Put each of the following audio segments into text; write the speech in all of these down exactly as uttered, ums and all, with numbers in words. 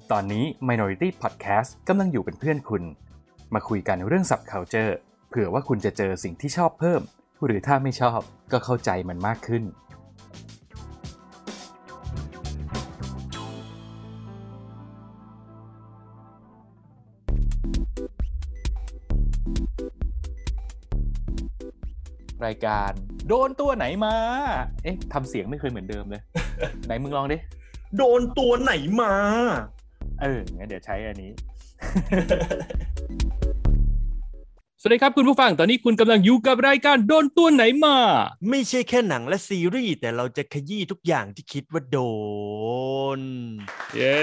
ตอนนี้ Minority Podcast กำลังอยู่เป็นเพื่อนคุณมาคุยกันเรื่อง Subculture เผื่อว่าคุณจะเจอสิ่งที่ชอบเพิ่มหรือถ้าไม่ชอบก็เข้าใจมันมากขึ้นรายการโดนตัวไหนมาเอ๊ะทำเสียงไม่เคยเหมือนเดิมเลย ไหนมึงลองดิโดนตัวไหนมาเอองั้นเดี๋ยวใช้อันนี้ สวัสดีครับคุณผู้ฟังตอนนี้คุณกำลังอยู่กับรายการโดนตัวไหนมาไม่ใช่แค่หนังและซีรีส์แต่เราจะขยี้ทุกอย่างที่คิดว่าโดนเย้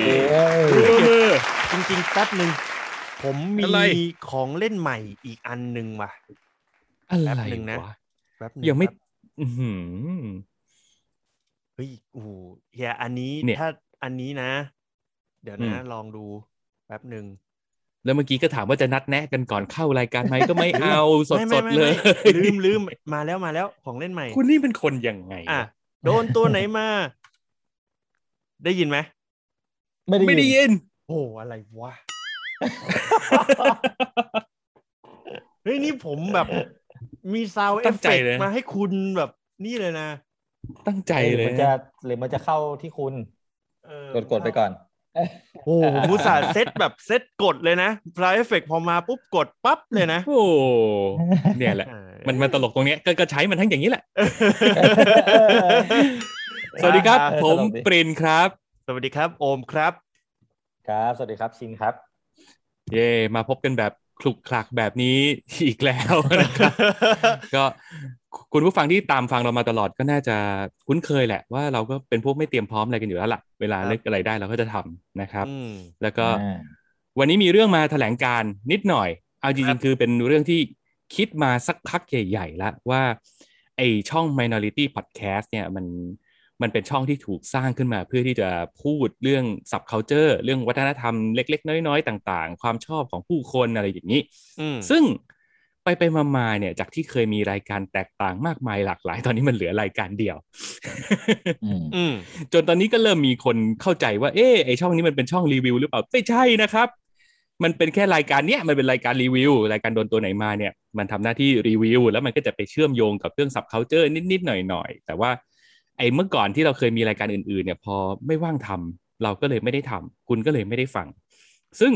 จริงๆแป๊บนึงผมมีของเล่นใหม่อีกอันนึงว่ะอะไรแป๊บนึงนะแป๊บนึงยังไม่อื้อหือเฮ้ยโอ้โหเฮียอันนี้ถ้าอันนี้นะเดี๋ยวนะลองดูแป๊บนึงแล้วเมื่อกี้ก็ถามว่าจะนัดแนะกันก่อนเข้ารายการไหมก็ไม่เอาสดๆเลยลืมลืมมาแล้วมาแล้วของเล่นใหม่คุณนี่เป็นคนยังไงอ่ะโดนตัวไหนมาได้ยินไหมไม่ได้ไม่ได้ยินโอ้อะไรวะเฮ้ยนี่ผมแบบมีซาวด์เอฟเฟคมาให้คุณแบบนี่เลยนะตั้งใจเลยมันจะหรือมันจะเข้าที่คุณกดกดไปก่อนโอ้ผมอุตส่าห์เซตแบบเซตกดเลยนะซาวด์เอฟเฟคพอมาปุ๊บกดปั๊บเลยนะโอ้เนี่ยแหละมันมันตลกตรงเนี้ยก็ก็ใช้มันทั้งอย่างนี้แหละสวัสดีครับผมปรินครับสวัสดีครับโอมครับครับสวัสดีครับชิงครับเย่มาพบกันแบบคลุกคลักแบบนี้อีกแล้วนะครับก็คุณผู้ฟังที่ตามฟังเรามาตลอดก็น่าจะคุ้นเคยแหละว่าเราก็เป็นพวกไม่เตรียมพร้อมอะไรกันอยู่แล้วล่ะเวลาเล็กอะไรได้เราก็จะทำนะครับแล้วก็วันนี้มีเรื่องมาแถลงการนิดหน่อยเอาจริงๆคือเป็นเรื่องที่คิดมาสักพักใหญ่ๆแล้วว่าไอช่อง Minority Podcast เนี่ยมันมันเป็นช่องที่ถูกสร้างขึ้นมาเพื่อที่จะพูดเรื่อง Subculture เรื่องวัฒนธรรมเล็กๆน้อยๆต่างๆความชอบของผู้คนอะไรอย่างนี้ซึ่งไปไปมาๆเนี่ยจากที่เคยมีรายการแตกต่างมากมายหลากหลายตอนนี้มันเหลือรายการเดียวจนตอนนี้ก็เริ่มมีคนเข้าใจว่าเอ๊ะไอช่องนี้มันเป็นช่องรีวิวหรือเปล่าไม่ใช่นะครับมันเป็นแค่รายการเนี้ยมันเป็นรายการรีวิวรายการโดนตัวไหนมาเนี่ยมันทำหน้าที่รีวิวแล้วมันก็จะไปเชื่อมโยงกับเรื่อง Subculture นิดๆหน่อยๆแต่ว่าไอ้เมื่อก่อนที่เราเคยมีรายการอื่นๆเนี่ยพอไม่ว่างทำเราก็เลยไม่ได้ทำคุณก็เลยไม่ได้ฟังซึ่ง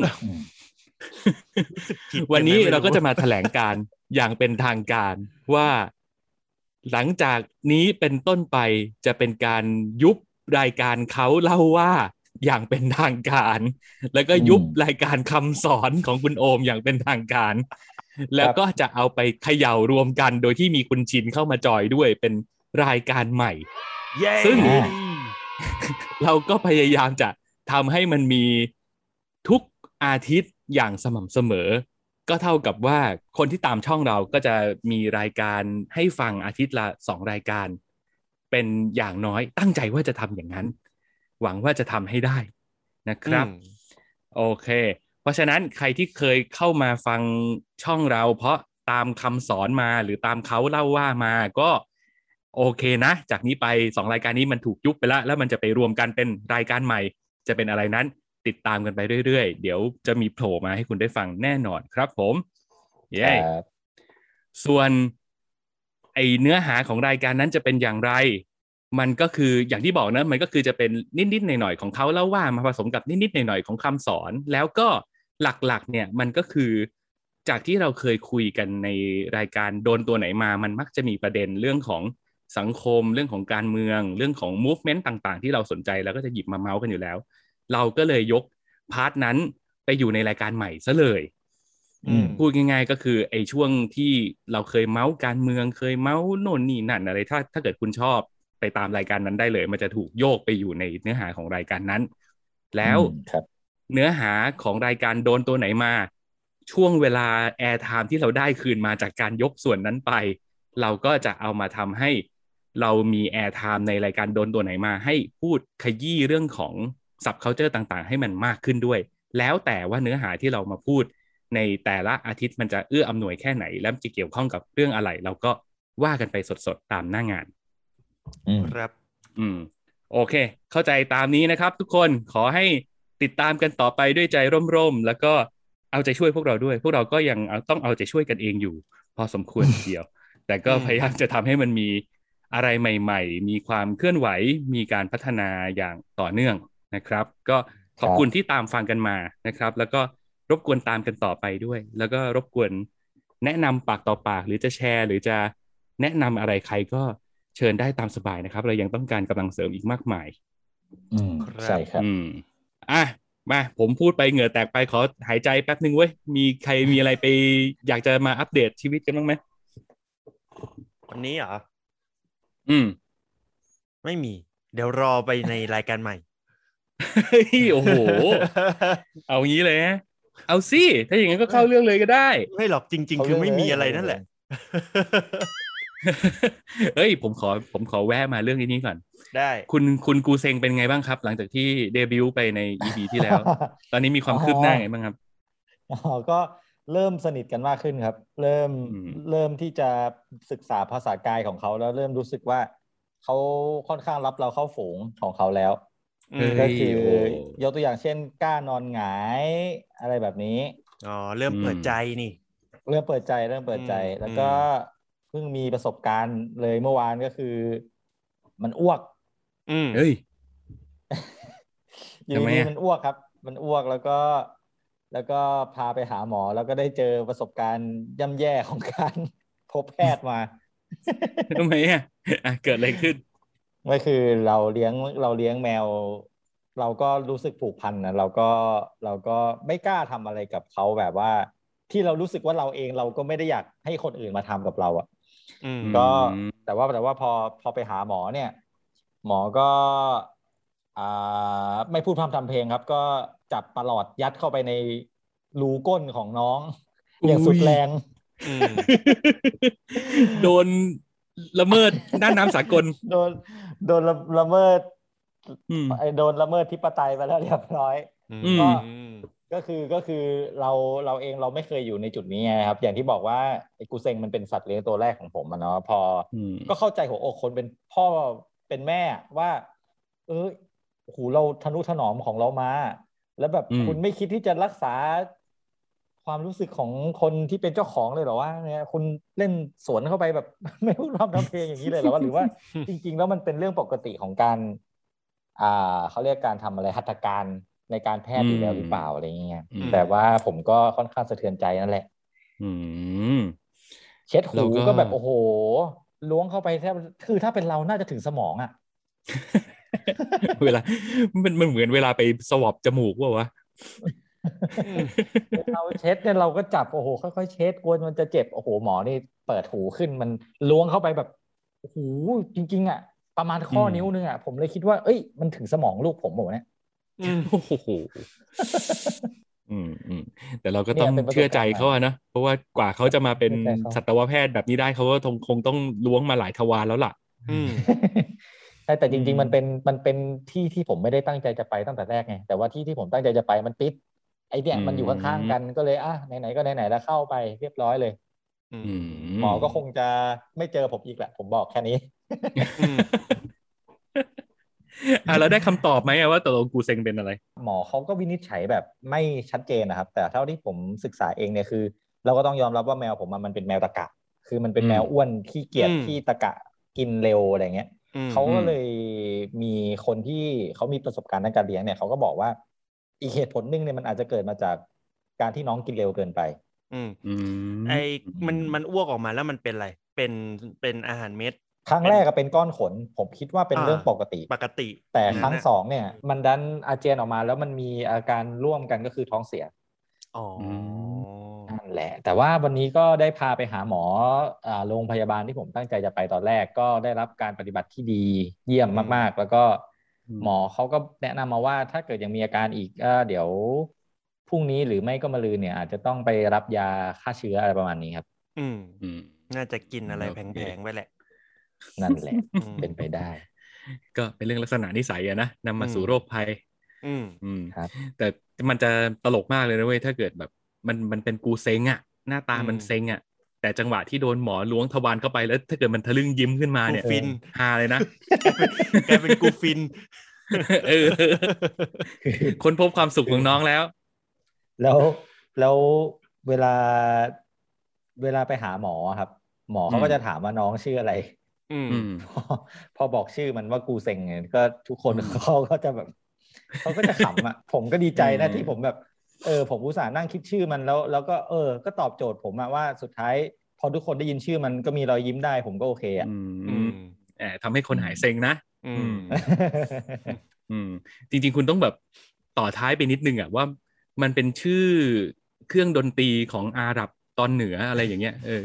วันนี้เราก็จะมาแถลงการอย่างเป็นทางการว่าหลังจากนี้เป็นต้นไปจะเป็นการยุบรายการเขาเล่าว่าอย่างเป็นทางการแล้วก็ยุบรายการคำสอนของคุณโอมอย่างเป็นทางการแล้วก็จะเอาไปเขย่ารวมกันโดยที่มีคุณชินเข้ามาจอยด้วยเป็นรายการใหม่ yeah. ซึ่ง เราก็พยายามจะทำให้มันมีทุกอาทิตย์อย่างสม่ำเสมอก็เท่ากับว่าคนที่ตามช่องเราก็จะมีรายการให้ฟังอาทิตย์ละสองรายการเป็นอย่างน้อยตั้งใจว่าจะทำอย่างนั้นหวังว่าจะทำให้ได้นะครับโอเคเพราะฉะนั้นใครที่เคยเข้ามาฟังช่องเราเพราะตามคำสอนมาหรือตามเขาเล่าว่ามาก็โอเคนะจากนี้ไปสองรายการนี้มันถูกยุบไปแล้วแล้วมันจะไปรวมกันเป็นรายการใหม่จะเป็นอะไรนั้นติดตามกันไปเรื่อยๆเดี๋ยวจะมีโผล่มาให้คุณได้ฟังแน่นอนครับผมเย้ส่วนไอเนื้อหาของรายการนั้นจะเป็นอย่างไรมันก็คืออย่างที่บอกนะมันก็คือจะเป็นนิดๆหน่อยๆของเขาเล่าว่ามาผสมกับนิดๆหน่อยๆของคำสอนแล้วก็หลักๆเนี่ยมันก็คือจากที่เราเคยคุยกันในรายการโดนตัวไหนมามันมักจะมีประเด็นเรื่องของสังคมเรื่องของการเมืองเรื่องของ movement ต่างๆที่เราสนใจแล้วก็จะหยิบมาเมาส์กันอยู่แล้วเราก็เลยยกพาร์ทนั้นไปอยู่ในรายการใหม่ซะเลยพูดง่ายๆก็คือไอ้ช่วงที่เราเคยเมาส์การเมืองเคยเมาส์โน่นนี่นั่นอะไรถ้าถ้าเกิดคุณชอบไปตามรายการนั้นได้เลยมันจะถูกโยกไปอยู่ในเนื้อหาของรายการนั้นแล้วเนื้อหาของรายการโดนตัวไหนมาช่วงเวลาแอร์ไทม์ที่เราได้คืนมาจากการยกส่วนนั้นไปเราก็จะเอามาทำให้เรามีแอร์ไทม์ในรายการโดนตัวไหนมาให้พูดขยี้เรื่องของSubculture ต่างๆให้มันมากขึ้นด้วยแล้วแต่ว่าเนื้อหาที่เรามาพูดในแต่ละอาทิตย์มันจะเอื้ออำนวยแค่ไหนและจะเกี่ยวข้องกับเรื่องอะไรเราก็ว่ากันไปสดๆตามหน้างานครับอืมโอเคเข้าใจตามนี้นะครับทุกคนขอให้ติดตามกันต่อไปด้วยใจร่มๆแล้วก็เอาใจช่วยพวกเราด้วยพวกเราก็ยังต้องเอาใจช่วยกันเองอยู่พอสมควรทีเดียวแต่ก็พยายามจะทำให้มันมีอะไรใหม่ๆมีความเคลื่อนไหวมีการพัฒนาอย่างต่อเนื่องนะครับก็ขอบคุณที่ตามฟังกันมานะครับแล้วก็รบกวนตามกันต่อไปด้วยแล้วก็รบกวนแนะนำปากต่อปากหรือจะแชร์หรือจะแนะนำอะไรใครก็เชิญได้ตามสบายนะครับเรายังต้องการกำลังเสริมอีกมากมายอืมใช่ครับอืมอ่ะมาผมพูดไปเหงื่อแตกไปขอหายใจแป๊บนึงเว้ยมีใครมีอะไรไปอยากจะมาอัปเดตชีวิตกันบ้างไหมวันนี้เหรออืมไม่มีเดี๋ยวรอไปในรายการใหม่โอ้โหเอางี้เลยฮะเอาสิถ้าอย่างนั้นก็เข้าเรื่องเลยก็ได้ไม่หรอกจริงๆคือไม่มีอะไรนั่นแหละเฮ้ยผมขอผมขอแวะมาเรื่องนี้ก่อนได้คุณคุณกูเซงเป็นไงบ้างครับหลังจากที่เดบิวต์ไปใน อี พี ที่แล้วตอนนี้มีความคืบหน้าไงบ้างครับอ๋อก็เริ่มสนิทกันมากขึ้นครับเริ่มเริ่มที่จะศึกษาภาษากายของเขาแล้วเริ่มรู้สึกว่าเขาค่อนข้างรับเราเข้าฝูงของเขาแล้วก็คือยกตัวอย่างเช่นกล้านอนหงายอะไรแบบนี้อ๋อเริ่มเปิดใจนี่เริ่มเปิดใจเริ่มเปิดใจแล้วก็เพิ่งมีประสบการณ์เลยเมื่อวานก็คือมันอ้วกเฮ้ยอยู่ดีมันอ้วกครับมันอ้วกแล้วก็แล้วก็พาไปหาหมอแล้วก็ได้เจอประสบการณ์ย่ำแย่ของการพบแพทย์มาทำไมอ่ะเกิดอะไรขึ้นไม่คือเราเลี้ยงเราเลี้ยงแมวเราก็รู้สึกผูกพันนะเราก็เราก็ไม่กล้าทำอะไรกับเขาแบบว่าที่เรารู้สึกว่าเราเองเราก็ไม่ได้อยากให้คนอื่นมาทำกับเราอ่ะก็แต่ว่าแต่ว่าพอพอไปหาหมอเนี่ยหมอก็อ่าไม่พูดพร่ำทำเพลงครับก็จับปลอดยัดเข้าไปในรูก้นของน้องอย่างสุดแรงโดนละเมิดด้านน้ำสากลโดนโดนละเมิดไอโดนละเมิดธิปไตยไปแล้วเรียบร้อยก็ก็คือก็คือเราเราเองเราไม่เคยอยู่ในจุดนี้ครับอย่างที่บอกว่าไอ้กูเซ็งมันเป็นสัตว์เลี้ยงตัวแรกของผมอะเนาะพอก็เข้าใจหัวอกคนเป็นพ่อเป็นแม่ว่าเออโหเราทนุถนอมของเรามาแล้วแบบคุณไม่คิดที่จะรักษาความรู้สึกของคนที่เป็นเจ้าของเลยเหรอวะเนี่ยคุณเล่นสวนเข้าไปแบบไม่รู้ทำทำเพลงอย่างนี้เลยเหรอวะหรือว่าจริงๆแล้วมันเป็นเรื่องปกติของการอ่าเขาเรียกการทำอะไรหัตถการในการแพทย์อยู่แล้วหรือเปล่าอะไรเงี้ยแต่ว่าผมก็ค่อนข้างสะเทือนใจนั่นแหละเช็ดหูก็แบบโอ้โหล้วงเข้าไปแทบคือถ้าเป็นเราน่าจะถึงสมองอ่ะเวลามันมันเหมือนเวลาไปสวอปจมูกว่าวะเราเช็ดเนี่ยเราก็จับโอ้โหค่อยๆเช็ดกลัวมันจะเจ็บโอ้โหหมอนี่เปิดหูขึ้นมันล้วงเข้าไปแบบโอ้โหจริงๆอ่ะประมาณข้อนิ้วนึงอ่ะผมเลยคิดว่าเอ้ยมันถึงสมองลูกผมหมดเนี่ยโอ้โหอืมอืมแต่เราก็ต้องเชื่อใจเขาอะนะเพราะว่ากว่าเขาจะมาเป็นสัตวแพทย์แบบนี้ได้เขาก็คงต้องล้วงมาหลายทวารแล้วล่ะใช่แต่จริงๆมันเป็นมันเป็นที่ที่ผมไม่ได้ตั้งใจจะไปตั้งแต่แรกไงแต่ว่าที่ที่ผมตั้งใจจะไปมันปิดไอเนี่ยมันอยู่ข้างๆกันก็เลยอ่ะไหนๆก็ไหนๆแล้วเข้าไปเรียบร้อยเลยหมอก็คงจะไม่เจอผมอีกแหละผมบอกแค่นี้อ่ะเราได้คำตอบไหมว่าตกลงกูเซ็งเป็นอะไรหมอเขาก็วินิจฉัยแบบไม่ชัดเจนนะครับแต่เท่าที่ผมศึกษาเองเนี่ยคือเราก็ต้องยอมรับว่าแมวผมมันเป็นแมวตะกะคือมันเป็นแมวอ้วนขี้เกียจขี้ตะกะกินเร็วอะไรเงี้ยเขาก็เลยมีคนที่เขามีประสบการณ์ในการเลี้ยงเนี่ยเขาก็บอกว่าอีกเหตุผลหนึ่งเนี่ยมันอาจจะเกิดมาจากการที่น้องกินเร็วเกินไปอืมไอ้มันมันอ้วกออกมาแล้วมันเป็นอะไรเป็นเป็นอาหารเม็ดครั้งแรกก็เป็นก้อนขนผมคิดว่าเป็นเรื่องปกติปกติแต่ครั้งสองเนี่ยมันดันอาเจียนออกมาแล้วมันมีอาการร่วมกันก็คือท้องเสียอ๋อนั่นแหละแต่ว่าวันนี้ก็ได้พาไปหาหมออ่าโรงพยาบาลที่ผมตั้งใจจะไปตอนแรกก็ได้รับการปฏิบัติที่ดีเยี่ยมมากๆแล้วก็หมอเขาก็แนะนำมาว่าถ้าเกิดยังมีอาการอีกก็เดี๋ยวพรุ่งนี้หรือไม่ก็มะรืนเนี่ยอาจจะต้องไปรับยาฆ่าเชื้ออะไรประมาณนี้ครับอืมน่าจะกินอะไรแพงๆไว้แหละนั่นแหละเป็นไปได้ก็เป็นเรื่องลักษณะนิสัยอะนะนำมาสู่โรคภัยอืมอืมครับแต่มันจะตลกมากเลยนะเว้ยถ้าเกิดแบบมันมันเป็นกูเซ็งอะหน้าตามันเซ็งอะแต่จังหวะที่โดนหมอล้วงทวารเข้าไปแล้วถ้าเกิดมันทะลึ่งยิ้มขึ้นมาเนี่ยฟินฮาเลยนะแกเป็นกูฟินเออค้นพบความสุขของน้องแล้วแล้วแล้วเวลาเวลาไปหาหมอครับหมอเขาก็จะถามว่าน้องชื่ออะไรอืมพอพอบอกชื่อมันว่ากูเซ็งเนี่ยก็ทุกคนเขาก็จะแบบเขาก็จะขำอ่ะผมก็ดีใจนะที่ผมแบบเออผมอุตส่าห์นั่งคิดชื่อมันแล้วแล้วก็เออก็ตอบโจทย์ผมอะว่าสุดท้ายพอทุกคนได้ยินชื่อมันก็มีรอยยิ้มได้ผมก็โอเคอ่ะอืมแอบทำให้คนหายเซ็งนะอืมอืมจริงๆคุณต้องแบบต่อท้ายไปนิดนึงอ่ะว่ามันเป็นชื่อเครื่องดนตรีของอาหรับตอนเหนืออะไรอย่างเงี้ยเออ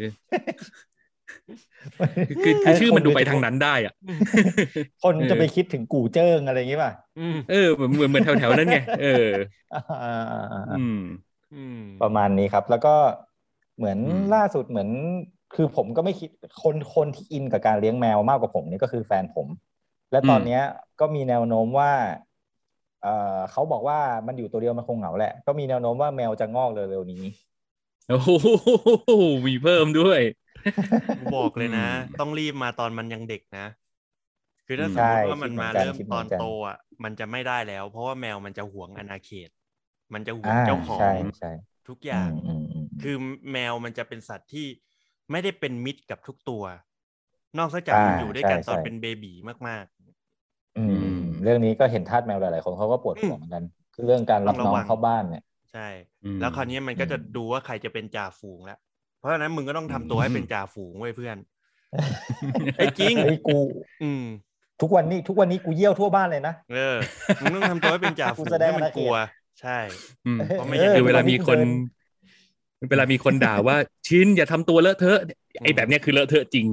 คือคือชื่อมันดูไปทางนั้นได้อ่ะคนจะไปคิดถึงกู่เจิ้งอะไรอย่างงี้ป่ะเออเหมือนเหมือนเหมือนแถวๆนั้นไงเอออืมประมาณนี้ครับแล้วก็เหมือนล่าสุดเหมือนคือผมก็ไม่คิดคนคนที่อินกับการเลี้ยงแมวมากกว่าผมนี่ก็คือแฟนผมและตอนนี้ก็มีแนวโน้มว่าเออเขาบอกว่ามันอยู่ตัวเดียวมันคงเหงาแหละก็มีแนวโน้มว่าแมวจะงอกเร็วๆนี้โอ้โหมีเพิ่มด้วยบอกเลยนะต้องรีบมาตอนมันยังเด็กนะคือถ้าสมมติว่ามันมาเริ่มตอนโตอ่ะมันจะไม่ได้แล้วเพราะว่าแมวมันจะหวงอาณาเขตมันจะหวงเจ้าของทุกอย่างคือแมวมันจะเป็นสัตว์ที่ไม่ได้เป็นมิตรกับทุกตัวนอกจากมันอยู่ด้วยกันตอนเป็นเบบีมากๆอืมเรื่องนี้ก็เห็นทาสแมวหลายๆคนเขาก็ปวดหัวเหมือนกันคือเรื่องการรับน้องเข้าบ้านเนี่ยใช่แล้วคราวนี้มันก็จะดูว่าใครจะเป็นจ่าฝูงแล้วเพราะฉะนั้นมึงก็ต้องทำตัวให้เป็นจ่าฝูงไว้เพื่อนไอ้จริงไอ้กูอืมทุกวันนี้ทุกวันนี้กูเยี่ยวทั่วบ้านเลยนะเออมึงต้องทำตัวให้เป็นจ่าฝูงให้มันกลัวใช่เพราะไม่อย่างคือเวลามีคนเวลามีคนด่าว่าชินอย่าทำตัวเลอะเทอะไอ้แบบเนี้ยคือเลอะเทอะจริง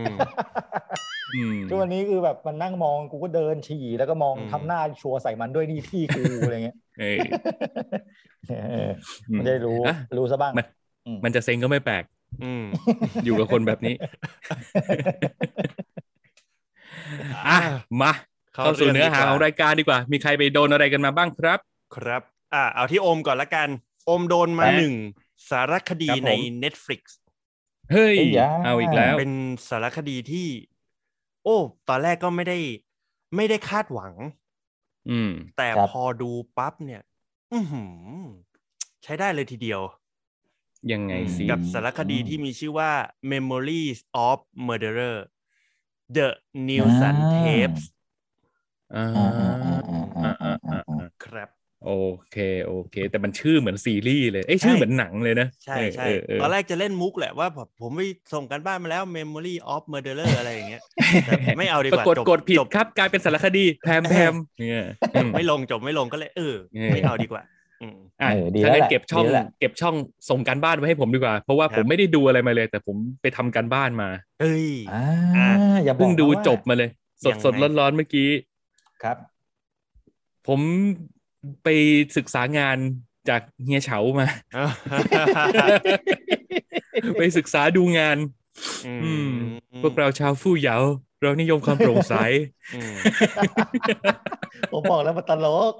ทุกวันนี้คือแบบมันนั่งมองกูก็เดินฉี่แล้วก็มองทำหน้าชัวใส่มันด้วยนี่ที่กูอะไรเงี้ยมันได้รู้รู้ซะบ้างมันจะเซ็งก็ไม่แปลกอยู่กับคนแบบนี้อ่ะมาเข้าสู่เนื้อหาของรายการดีกว่ามีใครไปโดนอะไรกันมาบ้างครับครับอ่ะเอาที่โอมก่อนละกันโอมโดนมาหนึ่งสารคดีใน Netflix เฮ้ยเอาอีกแล้วเป็นสารคดีที่โอ้ตอนแรกก็ไม่ได้ไม่ได้คาดหวังอืมแต่พอดูปั๊บเนี่ยอื้อหือใช้ได้เลยทีเดียวยังไงสิกับสารคดีที่มีชื่อว่า Memories of Murderer The Nilsson Tapes อ่าครับโอเคโอเคแต่มันชื่อเหมือนซีรีส์เลยเอ้ยชื่อเหมือนหนังเลยนะใช่ใช่ตอนแรกจะเล่นมุกแหละว่าผมไปส่งกันบ้านมาแล้ว Memory of Murderer อะไรอย่างเงี้ยแต่ไม่เอาดีกว่ากดกดผิดครับกลายเป็นสารคดีแพมแพมเนี่ยไม่ลงจบไม่ลงก็เลยเออไม่เอาดีกว่าอ่ะถ้างั้นเก็บช่องเก็บช่องส่งการบ้านไว้ให้ผมดีกว่าเพราะว่าผมไม่ได้ดูอะไรมาเลยแต่ผมไปทำการบ้านมาเอ้ยอ่าอย่าบอกเพิ่งดูจบมาเลยสดสดร้อนๆเมื่อกี้ครับผมไปศึกษางานจากเฮียเฉามาไปศึกษาดูงานพวกเราชาวฟู่เหยาเรานิยมความโปร่งใสผมบอกแล้วมันตลก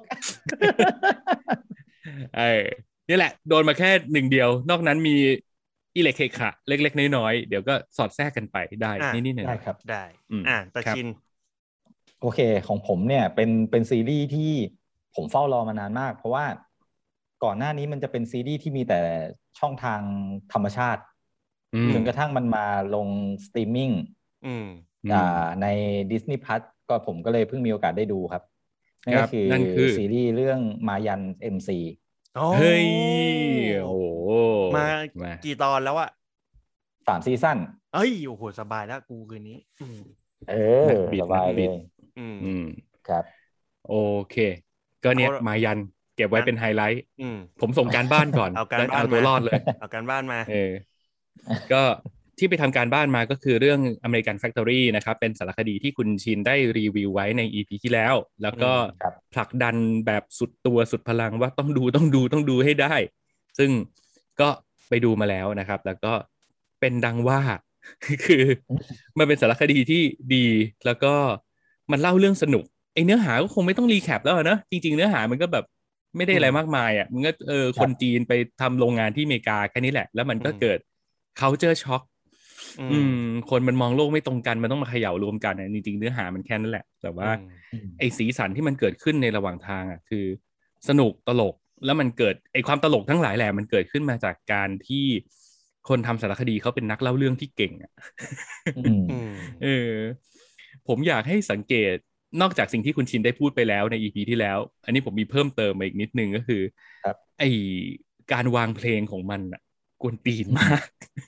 ไอ้นี่แหละโดนมาแค่หนึ่งเดียวนอกนั้นมีอิเล็กเคขะเล็กๆน้อยๆเดี๋ยวก็สอดแทรกกันไปได้นิดๆหน่อยๆได้ครับได้อ่ะตะชินโอเคของผมเนี่ยเป็นเป็นซีรีส์ที่ผมเฝ้ารอมานานมากเพราะว่าก่อนหน้านี้มันจะเป็นซีรีส์ที่มีแต่ช่องทางธรรมชาติจนกระทั่งมันมาลงสตรีมมิ่งอ่าใน Disney Plus ก็ผมก็เลยเพิ่งมีโอกาสได้ดูครับนั่นก็คือซีรีส์เรื่องมายัน เอ็ม ซีเฮ้ยโอ้มากี่ตอนแล้วอะสามซีซั่นเอ้ยโอ้โหสบายแล้วกูคืนนี้เออสบายเลยอืมครับโอเคก็เนี่ยมายันเก็บไว้เป็นไฮไลท์ผมส่งการบ้านก่อนเอาการบ้านตัวรอดเลยเอาการบ้านมาเออก็ที่ไปทำการบ้านมาก็คือเรื่อง American Factory นะครับเป็นสารคดีที่คุณชินได้รีวิวไว้ใน อี พี ที่แล้วแล้วก็ผลักดันแบบสุดตัวสุดพลังว่าต้องดูต้องดูต้องดูให้ได้ซึ่งก็ไปดูมาแล้วนะครับแล้วก็เป็นดังว่าคือมันเป็นสารคดีที่ดีแล้วก็มันเล่าเรื่องสนุกไอเนื้อหาก็คงไม่ต้องรีแคปแล้วนะจริงๆเนื้อหามันก็แบบไม่ได้อะไรมากมายอ่ะมันก็เออคนจีนไปทำโรงงานที่อเมริกาแค่นี้แหละแล้วมันก็เกิดculture shock อืมคนมันมองโลกไม่ตรงกันมันต้องมาเขย่ารวมกันจริงๆเนื้อหามันแค่นั้นแหละแต่ว่าไอ้สีสันที่มันเกิดขึ้นในระหว่างทางอ่ะคือสนุกตลกแล้วมันเกิดไอ้ความตลกทั้งหลายแหละมันเกิดขึ้นมาจากการที่คนทำสารคดีเขาเป็นนักเล่าเรื่องที่เก่งอ่ะเออผมอยากให้สังเกตนอกจากสิ่งที่คุณชินได้พูดไปแล้วใน อี พี ที่แล้วอันนี้ผมมีเพิ่มเติมมาอีกนิดนึงก็คือไอ้การวางเพลงของมันอ่ะกวนตีนมาก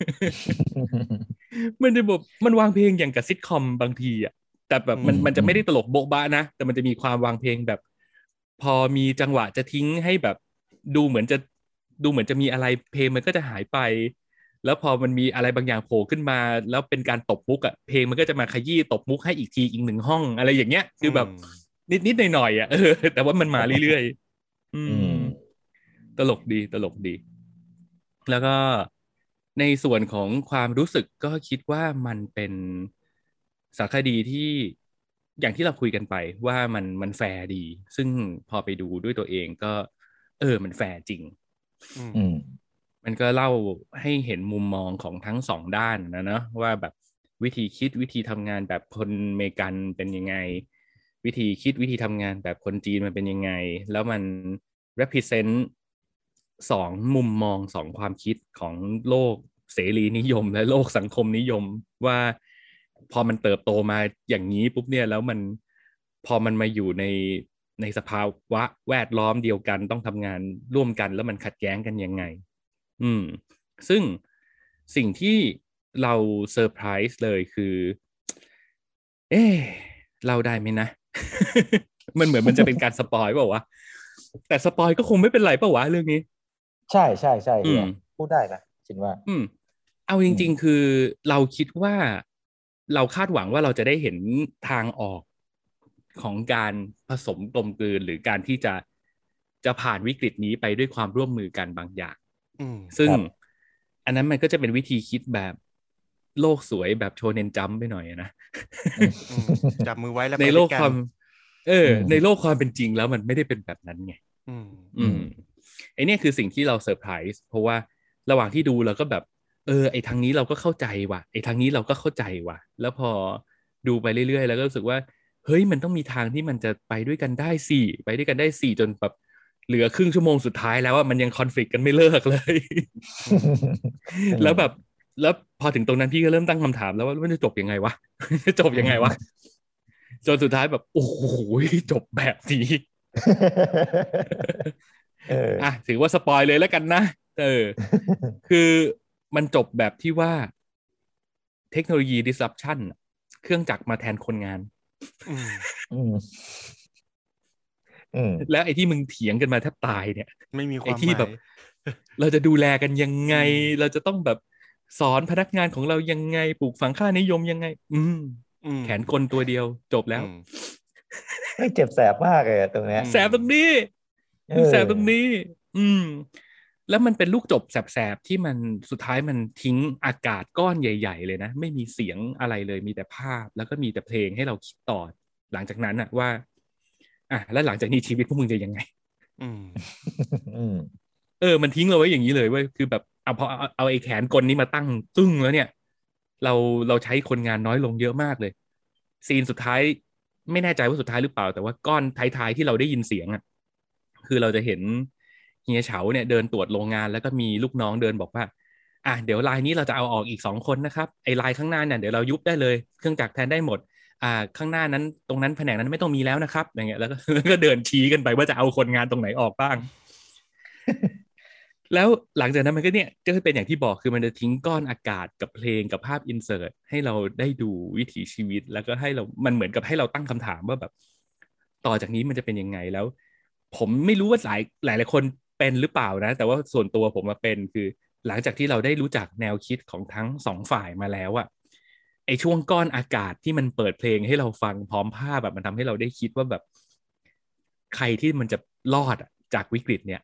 มันจะแบบมันวางเพลงอย่างกับซิทคอมบางทีอ่ะแต่แบบมันมันจะไม่ได้ตลกโบ๊ะบะนะแต่มันจะมีความวางเพลงแบบพอมีจังหวะจะทิ้งให้แบบดูเหมือนจะดูเหมือนจะมีอะไรเพลงมันก็จะหายไปแล้วพอมันมีอะไรบางอย่างโผล่ขึ้นมาแล้วเป็นการตบมุกอ่ะเพลงมันก็จะมาขยี้ตบมุกให้อีกทีอีกหนึ่งห้องอะไรอย่างเงี้ยคือแบบนิดนิดหน่อยหน่อยอ่ะเออแต่ว่ามันมาเรื่อยๆอืมตลกดีตลกดีแล้วก็ในส่วนของความรู้สึกก็คิดว่ามันเป็นสารคดีที่อย่างที่เราคุยกันไปว่ามันมันแฟร์ดีซึ่งพอไปดูด้วยตัวเองก็เออมันแฟร์จริงมันก็เล่าให้เห็นมุมมองของทั้งสองด้านนะเนาะว่าแบบวิธีคิดวิธีทำงานแบบคนอเมริกันเป็นยังไงวิธีคิดวิธีทำงานแบบคนจีนมันเป็นยังไงแล้วมัน represent สองมุมมองสองความคิดของโลกเสรีนิยมและโลกสังคมนิยมว่าพอมันเติบโตมาอย่างนี้ปุ๊บเนี่ยแล้วมันพอมันมาอยู่ในในสภาวะแวดล้อมเดียวกันต้องทำงานร่วมกันแล้วมันขัดแย้งกันยังไงอืมซึ่งสิ่งที่เราเซอร์ไพรส์เลยคือเอ๊ะเราได้ไหมนะ มันเหมือนมันจะเป็นการสปอยเปล่าวะแต่สปอยก็คงไม่เป็นไรเปล่าวะเรื่องนี้ใช่ใช่ใช่พูดได้นะคิดว่าอืมเอาจริงๆคือเราคิดว่าเราคาดหวังว่าเราจะได้เห็นทางออกของการผสมกลมกลืนหรือการที่จะจะผ่านวิกฤตนี้ไปด้วยความร่วมมือกันบางอย่างซึ่งอันนั้นมันก็จะเป็นวิธีคิดแบบโลกสวยแบบโชเนนจัมป์ไปหน่อยนะจับมือไว้แล้วในโลกความเออในโลกความเป็นจริงแล้วมันไม่ได้เป็นแบบนั้นไงอืมไอเนี่ยคือสิ่งที่เราเซอร์ไพรส์เพราะว่าระหว่างที่ดูเราก็แบบเออไอทางนี้เราก็เข้าใจว่ะไอทางนี้เราก็เข้าใจว่ะแล้วพอดูไปเรื่อยๆแล้วก็รู้สึกว่าเฮ้ยมันต้องมีทางที่มันจะไปด้วยกันได้สี่ไปด้วยกันได้สี่จนแบบเหลือครึ่งชั่วโมงสุดท้ายแล้วว่ามันยังคอนฟ lict กันไม่เลิกเลยแล้วแบบแล้วพอถึงตรงนั้นพี่ก็เริ่มตั้งคำถามแล้วว่ามันจะจบยังไงวะจะจบยังไงวะจนสุดท้ายแบบโอ้โหจบแบบนี้อ่ะถือว่าสปอยเลยแล้วกันนะเออคือมันจบแบบที่ว่าเทคโนโลยี disruption เครื่องจักรมาแทนคนงานแล้วไอ้ที่มึงเถียงกันมาแทบตายเนี่ยไม่มีความไอ้ที่แบบเราจะดูแลกันยังไงเราจะต้องแบบสอนพนักงานของเรายังไงปลูกฝังค่านิยมยังไงอืมแขนกลตัวเดียวจบแล้วไม่เจ็บแสบมากเลยตรงนี้แสบตรงนี้แสบตรงนี้อืมแล้วมันเป็นลูกจบแสบๆที่มันสุดท้ายมันทิ้งอากาศก้อนใหญ่ๆเลยนะไม่มีเสียงอะไรเลยมีแต่ภาพแล้วก็มีแต่เพลงให้เราคิดต่อหลังจากนั้นอะว่าอ่ะแล้วหลังจากนี้ชีวิตพวกมึงจะยังไงอืมอืมเออมันทิ้งเราไว้อย่างนี้เลยเว้ยคือแบบเอาพอเอาเอาไอ้แขนกลนี้มาตั้งตึ้งแล้วเนี่ยเราเราใช้คนงานน้อยลงเยอะมากเลยซีนสุดท้ายไม่แน่ใจว่าสุดท้ายหรือเปล่าแต่ว่าก้อนท้ายๆที่เราได้ยินเสียงอ่ะคือเราจะเห็นเฮียเฉาเนี่ยเดินตรวจโรงงานแล้วก็มีลูกน้องเดินบอกว่าอ่ะเดี๋ยวลายนี้เราจะเอาออกอีกสองคนนะครับไอ้ลายข้างหน้าเนี่ยเดี๋ยวเรายุบได้เลยเครื่องจักรแทนได้หมดอ่าข้างหน้านั้นตรงนั้นแผนกนั้นไม่ต้องมีแล้วนะครับอย่างเงี้ยแล้วก็ก็เดินชี้กันไปว่าจะเอาคนงานตรงไหนออกบ้างแล้วหลังจากนั้นมันก็เนี่ยก็เป็นอย่างที่บอกคือมันจะทิ้งก้อนอากาศกับเพลงกับภาพอินเสิร์ตให้เราได้ดูวิถีชีวิตแล้วก็ให้เรามันเหมือนกับให้เราตั้งคำถามว่าแบบต่อจากนี้มันจะเป็นยังไงแล้วผมไม่รู้ว่าหลายหลายหลายคนเป็นหรือเปล่านะแต่ว่าส่วนตัวผมมาเป็นคือหลังจากที่เราได้รู้จักแนวคิดของทั้งสองฝ่ายมาแล้วอะไอช่วงก้อนอากาศที่มันเปิดเพลงให้เราฟังพร้อมภาพแบบมันทำให้เราได้คิดว่าแบบใครที่มันจะรอดจากวิกฤตเนี่ย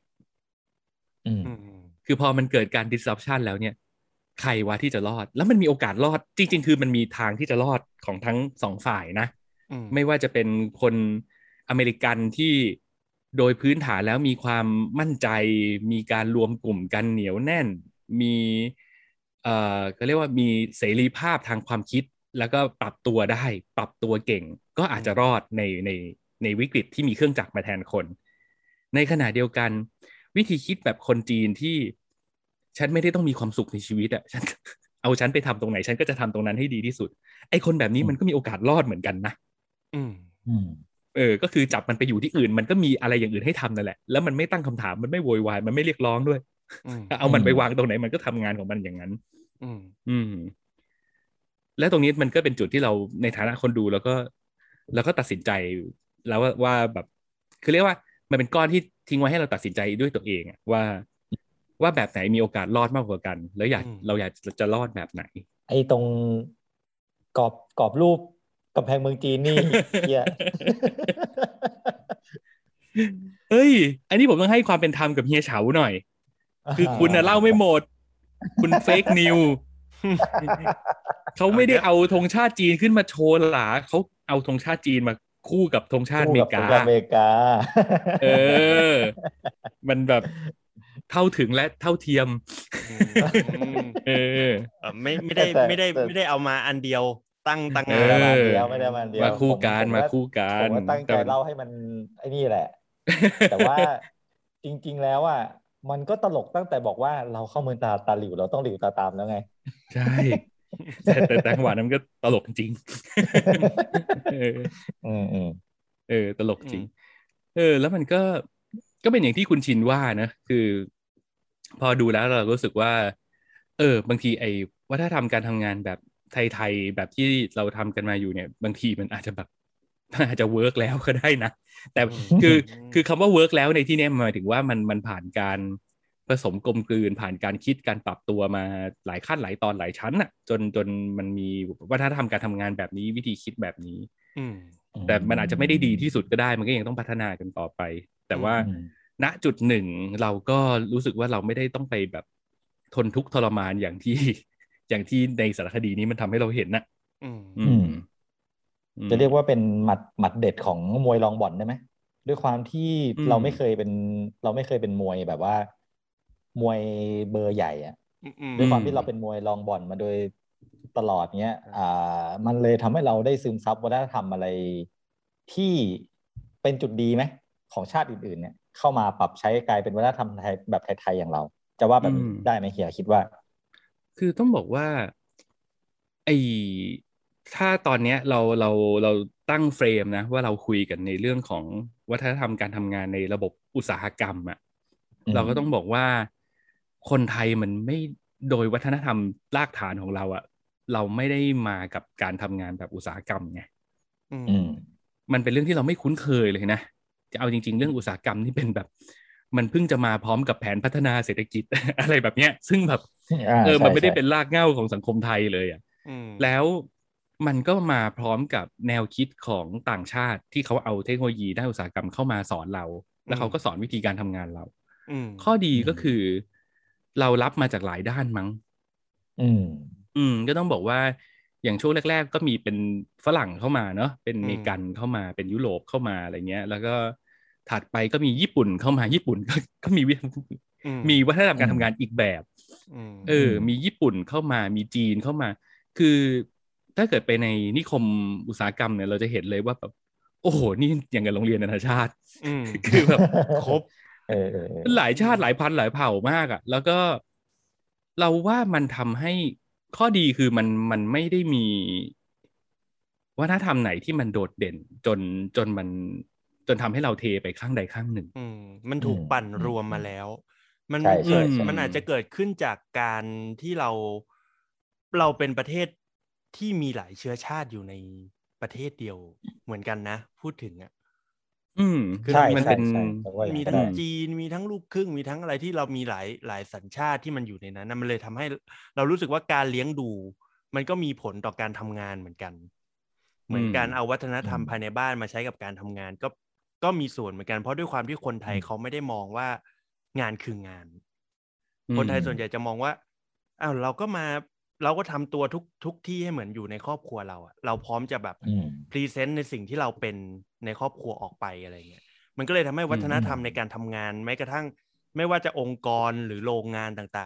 คือพอมันเกิดการ disruption แล้วเนี่ยใครวะที่จะรอดแล้วมันมีโอกาสรอดจริงๆคือมันมีทางที่จะรอดของทั้งสองฝ่ายนะไม่ว่าจะเป็นคนอเมริกันที่โดยพื้นฐานแล้วมีความมั่นใจมีการรวมกลุ่มกันเหนียวแน่นมีเอ่อก็เรียกว่ามีเสรีภาพทางความคิดแล้วก็ปรับตัวได้ปรับตัวเก่งก็อาจจะรอดในในในวิกฤตที่มีเครื่องจักรมาแทนคนในขณะเดียวกันวิธีคิดแบบคนจีนที่ฉันไม่ได้ต้องมีความสุขในชีวิตอ่ะฉันเอาฉันไปทำตรงไหนฉันก็จะทำตรงนั้นให้ดีที่สุดไอ้คนแบบนี้มันก็มีโอกาสรอดเหมือนกันนะอืมอืมเออก็คือจับมันไปอยู่ที่อื่นมันก็มีอะไรอย่างอื่นให้ทำนั่นแหละแล้วมันไม่ตั้งคำถามมันไม่โวยวายมันไม่เรียกร้องด้วยเอามันไปวางตรงไหนมันก็ทำงานของมันอย่างนั้นอืมอืมและตรงนี้มันก็เป็นจุดที่เราในฐานะคนดูแล้วก็แล้วก็ตัดสินใจแล้วว่าว่าแบบคือเรียกว่ามันเป็นก้อนที่ทิ้งไว้ให้เราตัดสินใจด้วยตัวเองอะว่าว่าแบบไหนมีโอกาสรอดมากกว่ากันแล้วอยากเราอยากจะรอดแบบไหนไอ้ตรงกรอบกรอบรูปกำแพงเมืองจีนนี่เฮียเฮ้ยอันนี้ผมต้องให้ความเป็นธรรมกับเฮียเฉาหน่อยคือคุณน่ะเล่าไม่หมดคุณเฟกนิวเขาไม่ได้เอาธงชาติจีนขึ้นมาโชว์หลาเขาเอาธงชาติจีนมาคู่กับธงชาติอเมริกาอเมริกาเออมันแบบเท่าถึงและเท่าเทียมเออไม่ไม่ได้ไม่ได้ไม่ได้เอามาอันเดียวตั้งตั้งงานมาเดียวไม่ได้มาเดียวมาคู่กันมาคู่กันผมว่าตั้งใจเล่าให้มันไอ้นี่แหละแต่ว่าจริงๆแล้วอ่ะมันก็ตลกตั้งแต่บอกว่าเราเข้าเมืองตาตาหลิวเราต้องหลิวตาตามแล้วไงใช่แต่แต่จังหวะนั้นก็ตลกจริงเออเออตลกจริงเออแล้วมันก็ก็เป็นอย่างที่คุณชินว่านะคือพอดูแล้วเรารู้สึกว่าเออบางทีไอ้วัฒนธรรมการทำงานแบบไทยๆแบบที่เราทำกันมาอยู่เนี่ยบางทีมันอาจจะแบบอาจจะเวิร์กแล้วก็ได้นะแต่คือคือคำว่าเวิร์กแล้วในที่นี้หมายถึงว่ามันมันผ่านการผสมกลมกลืนผ่านการคิดการปรับตัวมาหลายขั้นหลายตอนหลายชั้นน่ะจนจนมันมีวัฒนธรรมการทำงานแบบนี้วิธีคิดแบบนี้แต่มันอาจจะไม่ได้ดีที่สุดก็ได้มันก็ยังต้องพัฒนากันต่อไปแต่ว่าณจุดหนึ่งเราก็รู้สึกว่าเราไม่ได้ต้องไปแบบทนทุกข์ทรมานอย่างที่อย่างที่ในสารคดีนี้มันทำให้เราเห็นน่ะจะเรียกว่าเป็นหมัดหมัดเด็ดของมวยรองบ่อนได้ไหมด้วยความที่เราไม่เคยเป็นเราไม่เคยเป็นมวยแบบว่ามวยเบอร์ใหญ่อะด้วยความที่เราเป็นมวยรองบ่อนมาโดยตลอดเนี้ยอ่ามันเลยทำให้เราได้ซึมซับวัฒนธรรมอะไรที่เป็นจุดดีไหมของชาติอื่นๆเนี่ยเข้ามาปรับใช้กลายเป็นวัฒนธรรมไทยแบบไทยๆอย่างเราจะว่าแบบได้ไหมเฮียคิดว่าคือต้องบอกว่าไอถ้าตอนนี้เราเราเราตั้งเฟรมนะว่าเราคุยกันในเรื่องของวัฒนธรรมการทำงานในระบบอุตสาหกรรมอ่ะเราก็ต้องบอกว่าคนไทยมันไม่โดยวัฒนธรรมรากฐานของเราอ่ะเราไม่ได้มากับการทำงานแบบอุตสาหกรรมไงมันเป็นเรื่องที่เราไม่คุ้นเคยเลยนะจะเอาจริงๆเรื่องอุตสาหกรรมนี่เป็นแบบมันเพิ่งจะมาพร้อมกับแผนพัฒนาเศรษฐกิจอะไรแบบเนี้ยซึ่งแบบเออมันไม่ได้เป็นรากเหง้าของสังคมไทยเลยอ่ะแล้วมันก็มาพร้อมกับแนวคิดของต่างชาติที่เขาเอาเทคโนโลยีด้านอุตสาหกรรมเข้ามาสอนเราแล้วเขาก็สอนวิธีการทำงานเราข้อดีก็คือเรารับมาจากหลายด้านมั้งอืมอืมก็ต้องบอกว่าอย่างช่วงแรกๆก็มีเป็นฝรั่งเข้ามาเนาะเป็นอเมริกันเข้ามาเป็นยุโรปเข้ามาอะไรเงี้ยแล้วก็ถัดไปก็มีญี่ปุ่นเข้ามาญี่ปุ่นก็ก็มีมีวัฒนธรรมการทำงานอีกแบบเออมีญี่ปุ่นเข้ามามีจีนเข้ามาคือถ้าเกิดไปในนิคมอุตสาหกรรมเนี่ยเราจะเห็นเลยว่าแบบโอ้โหนี่อย่างกับโรงเรียนนานาชาติคือแบบครบหลายชาติหลายพันหลายเผ่ามากอ่ะแล้วก็เราว่ามันทำให้ข้อดีคือมันมันไม่ได้มีวัฒนธรรมไหนที่มันโดดเด่นจนจนมันจนทำให้เราเทไปข้างใดข้างหนึ่งมันถูกปั่นรวมมาแล้วมันมันอาจจะเกิดขึ้นจากการที่เราเราเป็นประเทศที่มีหลายเชื้อชาติอยู่ในประเทศเดียวเหมือนกันนะพูดถึงอ่ะอืมใช่มันเป็นมีทั้งจีนมีทั้งลูกครึ่งมีทั้งอะไรที่เรามีหลายหลายสัญชาติที่มันอยู่ในนั้นมันเลยทำให้เรารู้สึกว่าการเลี้ยงดูมันก็มีผลต่อการทำงานเหมือนกันเหมือนการเอาวัฒนธรรมภายในบ้านมาใช้กับการทำงานก็ก็มีส่วนเหมือนกันเพราะด้วยความที่คนไทยเขาไม่ได้มองว่างานคืองานคนไทยส่วนใหญ่จะมองว่าอ้าวเราก็มาเราก็ทำตัวทุกทุกที่ให้เหมือนอยู่ในครอบครัวเราอะเราพร้อมจะแบบพรีเซนต์ในสิ่งที่เราเป็นในครอบครัวออกไปอะไรเงี้ยมันก็เลยทำให้วัฒนธรรมในการทำงานแม้กระทั่งไม่ว่าจะองค์กรหรือโรงงานต่าง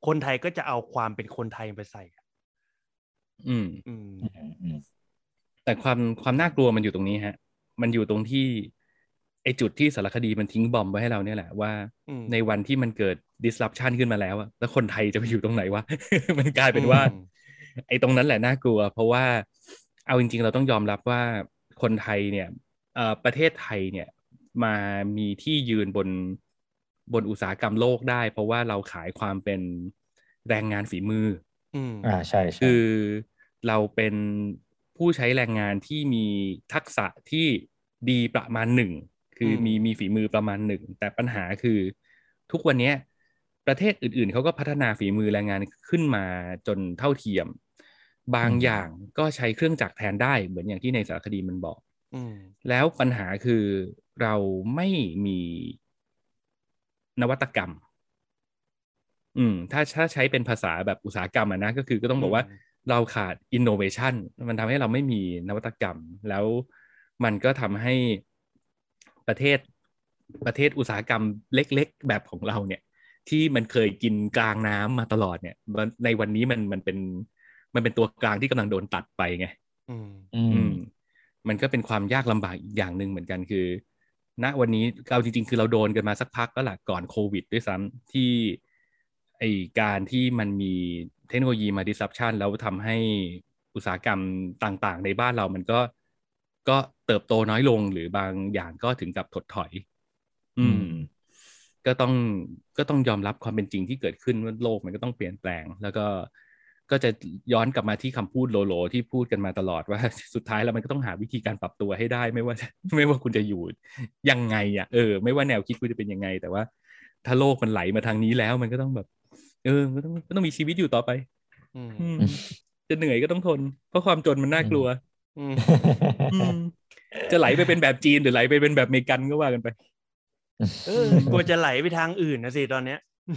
คนไทยก็จะเอาความเป็นคนไทยไปใส่อืมอืมแต่ความความน่ากลัวมันอยู่ตรงนี้ฮะมันอยู่ตรงที่ไอจุดที่สารคดีมันทิ้งบอมไว้ให้เราเนี่ยแหละว่าในวันที่มันเกิด disruption ขึ้นมาแล้วอะแล้วคนไทยจะไปอยู่ตรงไหนวะ มันกลายเป็นว่าไอตรงนั้นแหละน่ากลัวเพราะว่าเอาจริงๆเราต้องยอมรับว่าคนไทยเนี่ยเอ่อประเทศไทยเนี่ยมามีที่ยืนบนบนอุตสาหกรรมโลกได้เพราะว่าเราขายความเป็นแรงงานฝีมืออืมอ่าใช่ใช่คือเราเป็นผู้ใช้แรงงานที่มีทักษะที่ดีประมาณหนึ่งคือมีมีฝีมือประมาณหนึ่งแต่ปัญหาคือทุกวันนี้ประเทศอื่นๆเขาก็พัฒนาฝีมือแรงงานขึ้นมาจนเท่าเทียมบางอย่างก็ใช้เครื่องจักรแทนได้เหมือนอย่างที่ในสารคดีมันบอกแล้วปัญหาคือเราไม่มีนวัตกรรมอืมถ้าถ้าใช้เป็นภาษาแบบอุตสาหกรรมอะนะก็คือก็ต้องบอกว่าเราขาด innovation มันทำให้เราไม่มีนวัตกรรมแล้วมันก็ทำให้ประเทศประเทศอุตสาหกรรมเล็กๆแบบของเราเนี่ยที่มันเคยกินกลางน้ำมาตลอดเนี่ยในวันนี้มันมันเป็นมันเป็นตัวกลางที่กำลังโดนตัดไปไงอืมอืมมันก็เป็นความยากลำบากอีกอย่างหนึ่งเหมือนกันคือณวันนี้เอาจริงๆคือเราโดนกันมาสักพักแล้วล่ะก่อนโควิดด้วยซ้ำที่ไอการที่มันมีเทคโนโลยีมา disruption แล้วทำให้อุตสาหกรรมต่างๆในบ้านเรามันก็ก็เติบโตน้อยลงหรือบางอย่างก็ถึงกับถดถอยอืมก็ต้องก็ต้องยอมรับความเป็นจริงที่เกิดขึ้นว่าโลกมันก็ต้องเปลี่ยนแปลงแล้วก็ก็จะย้อนกลับมาที่คำพูดโลโลที่พูดกันมาตลอดว่าสุดท้ายแล้วมันก็ต้องหาวิธีการปรับตัวให้ได้ไม่ว่าไม่ว่าคุณจะอยู่ยังไงอ่ะเออไม่ว่าแนวคิดคุณจะเป็นยังไงแต่ว่าถ้าโลกมันไหลมาทางนี้แล้วมันก็ต้องแบบเออก็ต้องก็ต้องมีชีวิตอยู่ต่อไปอืมจะเหนื่อยก็ต้องทนเพราะความจนมันน่ากลัวจะไหลไปเป็นแบบจีนหรือไหลไปเป็นแบบอเมริกันก็ว่ากันไปเออกลัวจะไหลไปทางอื่นนะสิตอนเนี้ย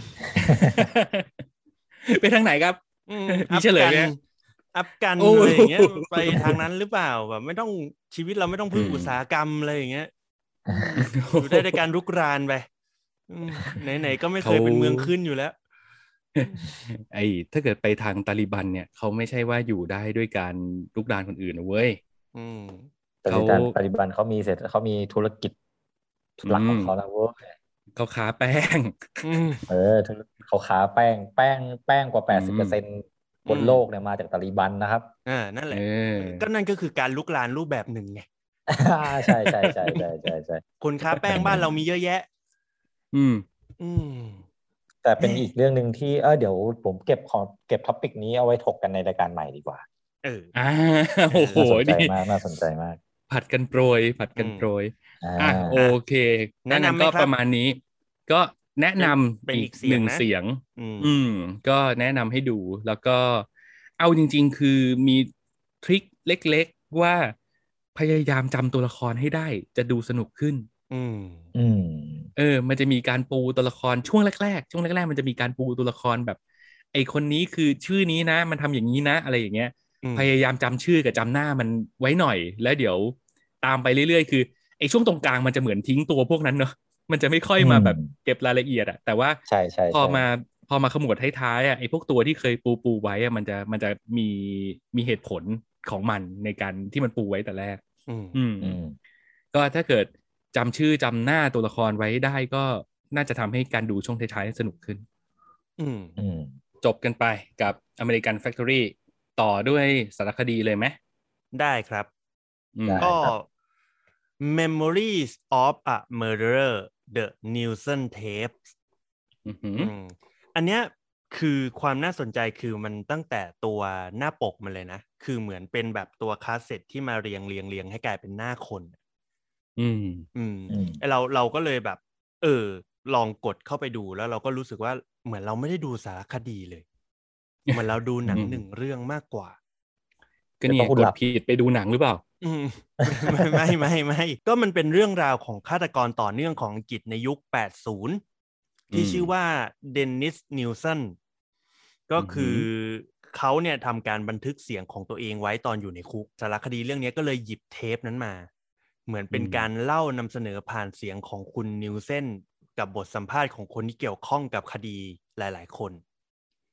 ไปทางไหนครับมีเฉลยไหมอัพกันอะไรอย่างเงี้ยไปทางนั้นหรือเปล่าแบบไม่ต้องชีวิตเราไม่ต้องพึ่งอุตสาหกรรมอะไรอย่างเงี้ยอยู่ได้ในการรุกรานไปไหนๆก็ไม่เคยเป็นเมืองขึ้นอยู่แล้วไอ้ถ้าเกิดไปทางตาลิบันเนี่ยเขาไม่ใช่ว่าอยู่ได้ด้วยการลุกรานคนอื่นนะเว้ยเขาตาลิบันเขามีเสร็จเขามีธุรกิจหลักของเขาแล้วเว้ยเขาค้าแป้งเออเขาค้าแป้งแป้งแป้งกว่าแปดสิบเปอร์เซ็นต์บนโลกเนี่ยมาจากตาลิบันนะครับอ่านั่นแหละก็นั่นก็คือการลุกรานรูปแบบหนึ่งไงใช่ใช่ใช่ใช่ใช่ใช่คนค้าแป้งบ้านเรามีเยอะแยะอืมอืมแต่เป็นอีกเรื่องหนึ่งที่เออเดี๋ยวผมเก็บขอเก็บท็อปิกนี้เอาไว้ถกกันในรายการใหม่ดีกว่าเอออ่าโอ้โหน่าสนใจมากน่าสนใจมากผัดกันโปรยผัดกันโปรยอ่ะโอเคแนะนำก็ประมาณนี้ก็แนะนำอีกหนึ่งเสียงอืมก็แนะนำให้ดูแล้วก็เอาจริงๆคือมีทริคเล็กๆว่าพยายามจำตัวละครให้ได้จะดูสนุกขึ้นอืมอืมเออมันจะมีการปูตัวละครช่วงแรกๆช่วงแรกๆมันจะมีการปูตัวละครแบบไอคนนี้คือชื่อนี้นะมันทำอย่างนี้นะอะไรอย่างเงี้ยพยายามจำชื่อกับจำหน้ามันไว้หน่อยแล้วเดี๋ยวตามไปเรื่อยๆคือไอช่วงตรงกลางมันจะเหมือนทิ้งตัวพวกนั้นเนอะมันจะไม่ค่อยมาแบบเก็บรายละเอียดอะแต่ว่าใช่ใช่พอมาพอมาขมวดท้ายๆอะไอพวกตัวที่เคยปูปูไว้อะมันจะมันจะมีมีเหตุผลของมันในการที่มันปูไว้แต่แรกอืมก็ถ้าเกิดจำชื่อจำหน้าตัวละครไว้ได้ก็น่าจะทำให้การดูช่วงท้ายๆสนุกขึ้นอืมอืมจบกันไปกับ American Factory ต่อด้วยสารคดีเลยไหมได้ครับก็ Memories of a Murderer The Nielsen Tapes อันเนี้ยคือความน่าสนใจคือมันตั้งแต่ตัวหน้าปกมันเลยนะคือเหมือนเป็นแบบตัวคาสเซ็ตที่มาเรียงเรียงเรียงให้กลายเป็นหน้าคนอืมอืมเราเราก็เลยแบบเออลองกดเข้าไปดูแล้วเราก็รู้สึกว่าเหมือนเราไม่ได้ดูสารคดีเลยเหมือนเราดูหนังหนึ่งเรื่องมากกว่าก็เนี่ยกดผิดไปดูหนังหรือเปล่าอืมไม่ไม่ไม่ไม่ก็มันเป็นเรื่องราวของฆาตกรต่อเนื่องของอังกฤษในยุคแปดสิบที่ชื่อว่าเดนนิสนิลสันก็คือเขาเนี่ยทำการบันทึกเสียงของตัวเองไว้ตอนอยู่ในคุกสารคดีเรื่องนี้ก็เลยหยิบเทปนั้นมาเหมือนเป็นการเล่านำเสนอผ่านเสียงของคุณนิลเซนกับบทสัมภาษณ์ของคนที่เกี่ยวข้องกับคดีหลายๆคน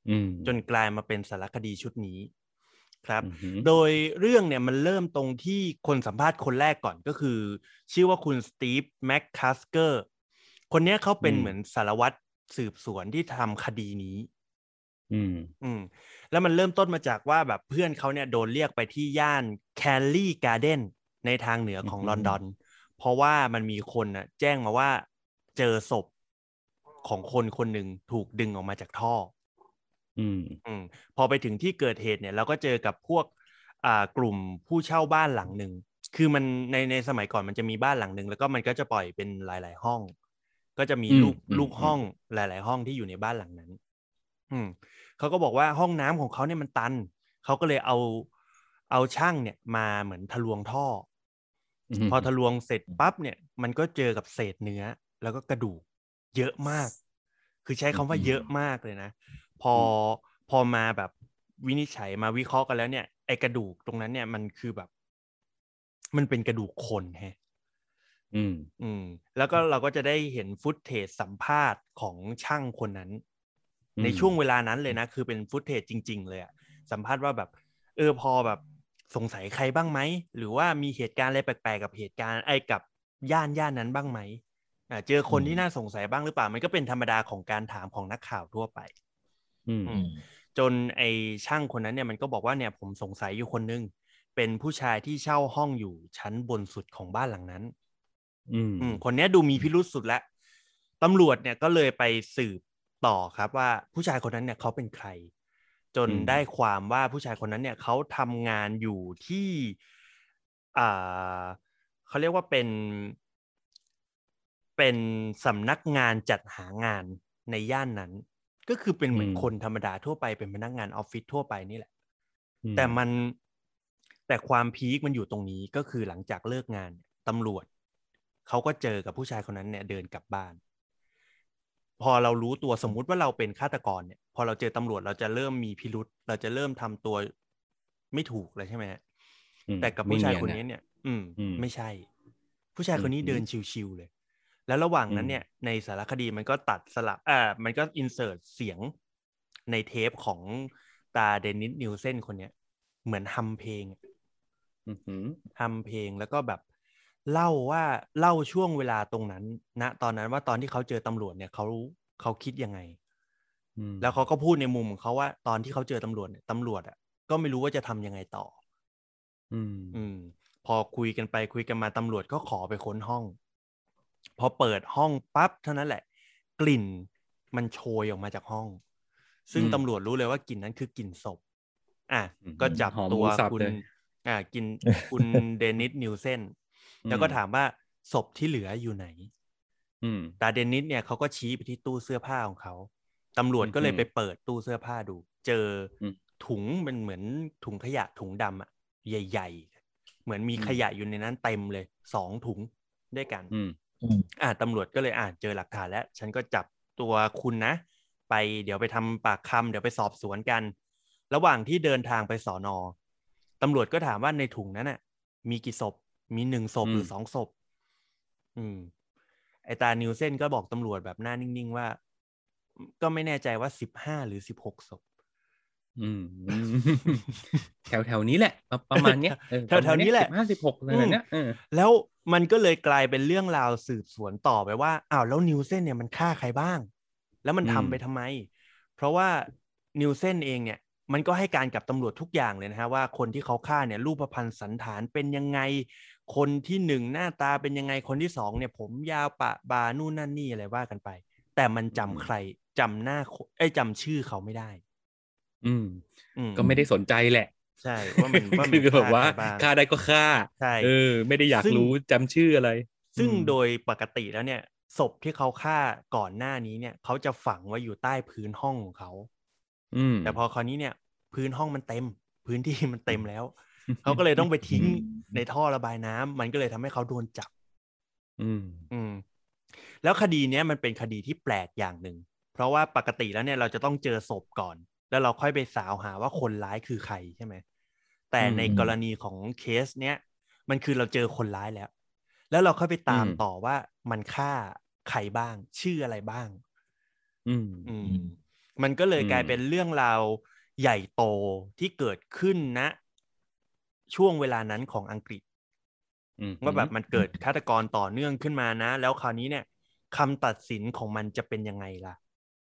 จนกลายมาเป็นสารคดีชุดนี้ครับโดยเรื่องเนี่ยมันเริ่มตรงที่คนสัมภาษณ์คนแรกก่อนก็คือชื่อว่าคุณสตีฟแม็กคัสเกอร์คนนี้เขาเป็นเหมือนสารวัตรสืบสวนที่ทำคดีนี้อืมอืมแล้วมันเริ่มต้นมาจากว่าแบบเพื่อนเขาเนี่ยโดนเรียกไปที่ย่านแคนลี่การ์เด้นในทางเหนือของลอนดอนเพราะว่ามันมีคนน่ะแจ้งมาว่าเจอศพของคนคนหนึ่งถูกดึงออกมาจากท่ออืมอืมพอไปถึงที่เกิดเหตุเนี่ยเราก็เจอกับพวกอ่ากลุ่มผู้เช่าบ้านหลังหนึ่งคือมันในในสมัยก่อนมันจะมีบ้านหลังหนึ่งแล้วก็มันก็จะปล่อยเป็นหลายๆห้องก็จะมีลูกลูกห้องหลายๆห้องที่อยู่ในบ้านหลังนั้นอืมเขาก็บอกว่าห้องน้ำของเขาเนี่ยมันตันเขาก็เลยเอาเอาช่างเนี่ยมาเหมือนทะลวงท่อพอทะลวงเสร็จปั๊บเนี่ยมันก็เจอกับเศษเนื้อแล้วก็กระดูกเยอะมากคือใช้คำว่าเยอะมากเลยนะพอพอมาแบบวินิจฉัยมาวิเคราะห์กันแล้วเนี่ยไอกระดูกตรงนั้นเนี่ยมันคือแบบมันเป็นกระดูกคนแฮะอืมอืมแล้วก็เราก็จะได้เห็นฟุตเทจสัมภาษณ์ของช่างคนนั้นในช่วงเวลานั้นเลยนะคือเป็นฟุตเทจจริงๆเลยอะสัมภาษณ์ว่าแบบเออพอแบบสงสัยใครบ้างไหมหรือว่ามีเหตุการณ์อะไรแปลกๆกับเหตุการณ์ไอ้กับย่านย่านนั้นบ้างไหมอ่าเจอคนที่น่าสงสัยบ้างหรือเปล่ามันก็เป็นธรรมดาของการถามของนักข่าวทั่วไปอืมจนไอ้ช่างคนนั้นเนี่ยมันก็บอกว่าเนี่ยผมสงสัยอยู่คนนึงเป็นผู้ชายที่เช่าห้องอยู่ชั้นบนสุดของบ้านหลังนั้นอืมคนนี้ดูมีพิรุษสุดแล้วตำรวจเนี่ยก็เลยไปสืบต่อครับว่าผู้ชายคนนั้นเนี่ยเขาเป็นใครจนได้ความว่าผู้ชายคนนั้นเนี่ยเขาทำงานอยู่ที่อ่าเขาเรียกว่าเป็นเป็นสำนักงานจัดหางานในย่านนั้นก็คือเป็นเหมือนคนธรรมดาทั่วไปเป็นพนักงานออฟฟิศทั่วไปนี่แหละแต่มันแต่ความพีคมันอยู่ตรงนี้ก็คือหลังจากเลิกงานตำรวจเขาก็เจอกับผู้ชายคนนั้นเนี่ยเดินกลับบ้านพอเรารู้ตัวสมมุติว่าเราเป็นฆาตกรเนี่ยพอเราเจอตำรวจเราจะเริ่มมีพิรุธเราจะเริ่มทำตัวไม่ถูกเลยใช่ไหมแต่กับผู้ชายคนนี้เนี่ยอืมไม่ใช่ผู้ชายคนนี้เดินชิวๆเลยแล้วระหว่างนั้นเนี่ยในสารคดีมันก็ตัดสลับอ่ามันก็อินเสิร์ตเสียงในเทปของตาเดนิสนิวเซนคนเนี้ยเหมือนฮัมเพลงฮัมเพลงแล้วก็แบบเล่าว่าเล่าช่วงเวลาตรงนั้นณตอนนั้นว่าตอนที่เขาเจอตำรวจเนี่ยเขาเขาคิดยังไงแล้วเขาก็พูดในมุมของเขาว่าตอนที่เขาเจอตำรวจเนี่ยตำรวจอ่ะก็ไม่รู้ว่าจะทำยังไงต่ออืมอืมพอคุยกันไปคุยกันมาตำรวจก็ขอไปค้นห้องพอเปิดห้องปั๊บเท่านั้นแหละกลิ่นมันโชยออกมาจากห้องซึ่งตำรวจรู้เลยว่ากลิ่นนั้นคือกลิ่นศพอ่ะก็จับตัวคุณอ่ากินคุณเดนิสนิวเซนแล้วก็ถามว่าศพที่เหลืออยู่ไหนตาเดนิสเนี่ยเขาก็ชี้ไปที่ตู้เสื้อผ้าของเขาตำรวจก็เลยไปเปิดตู้เสื้อผ้าดูเจอถุงเป็นเหมือนถุงขยะถุงดำอ่ะใหญ่ๆเหมือนมีขยะอยู่ในนั้นเต็มเลยสองถุงด้วยกันอ่าตำรวจก็เลยอ่าเจอหลักฐานแล้วฉันก็จับตัวคุณนะไปเดี๋ยวไปทำปากคำเดี๋ยวไปสอบสวนกันระหว่างที่เดินทางไปสอนอตำรวจก็ถามว่าในถุงนั้นน่ะมีกี่ศพมีหนึ่งศพหรือสองศพอืมไอตานิวเซนก็บอกตำรวจแบบหน้านิ่งๆว่าก็ไม่แน่ใจว่าสิบห้าหรือสิบหกศพอืมแถวแถวนี้แหละประมาณเนี้ยแถวแถวนี้แหละสิบห้าสิบหกอะไรเนี้ยแล้วมันก็เลยกลายเป็นเรื่องราวสืบสวนต่อไปว่าอ้าวแล้วนิวเซนเนี่ยมันฆ่าใครบ้างแล้วมันทำไปทำไมเพราะว่านิวเซนเองเนี่ยมันก็ให้การกับตำรวจทุกอย่างเลยนะฮะว่าคนที่เขาฆ่าเนี่ยรูปพรรณสันฐานเป็นยังไงคนที่หนึ่งหน้าตาเป็นยังไงคนที่สองเนี่ยผมยาวปะบานู่นนั่นนี่อะไรว่ากันไปแต่มันจำใครจำหน้าไอ้จำชื่อเขาไม่ได้อืมก็ไม่ได้สนใจแหละใช่ว่ามันว่ามันแบบว่าฆ่าได้ก็ฆ่าเออไม่ได้อยากรู้จำชื่ออะไรซึ่งโดยปกติแล้วเนี่ยศพที่เขาฆ่าก่อนหน้านี้เนี่ยเขาจะฝังไว้อยู่ใต้พื้นห้องของเขาแต่พอคราวนี้เนี่ยพื้นห้องมันเต็มพื้นที่มันเต็มแล้วเขาก็เลยต้องไปทิ้งในท่อระบายน้ำมันก็เลยทำให้เขาโดนจับอืมอืมแล้วคดีเนี้ยมันเป็นคดีที่แปลกอย่างหนึ่งเพราะว่าปกติแล้วเนี่ยเราจะต้องเจอศพก่อนแล้วเราค่อยไปสาวหาว่าคนร้ายคือใครใช่ไหมแต่ในกรณีของเคสเนี้ยมันคือเราเจอคนร้ายแล้วแล้วเราค่อยไปตามต่อว่ามันฆ่าใครบ้างชื่ออะไรบ้างอืมอืมมันก็เลยกลายเป็นเรื่องราวใหญ่โตที่เกิดขึ้นณช่วงเวลานั้นของอังกฤษว่าแบบมันเกิดฆาตกรต่อเนื่องขึ้นมานะแล้วคราวนี้เนี่ยคำตัดสินของมันจะเป็นยังไงล่ะ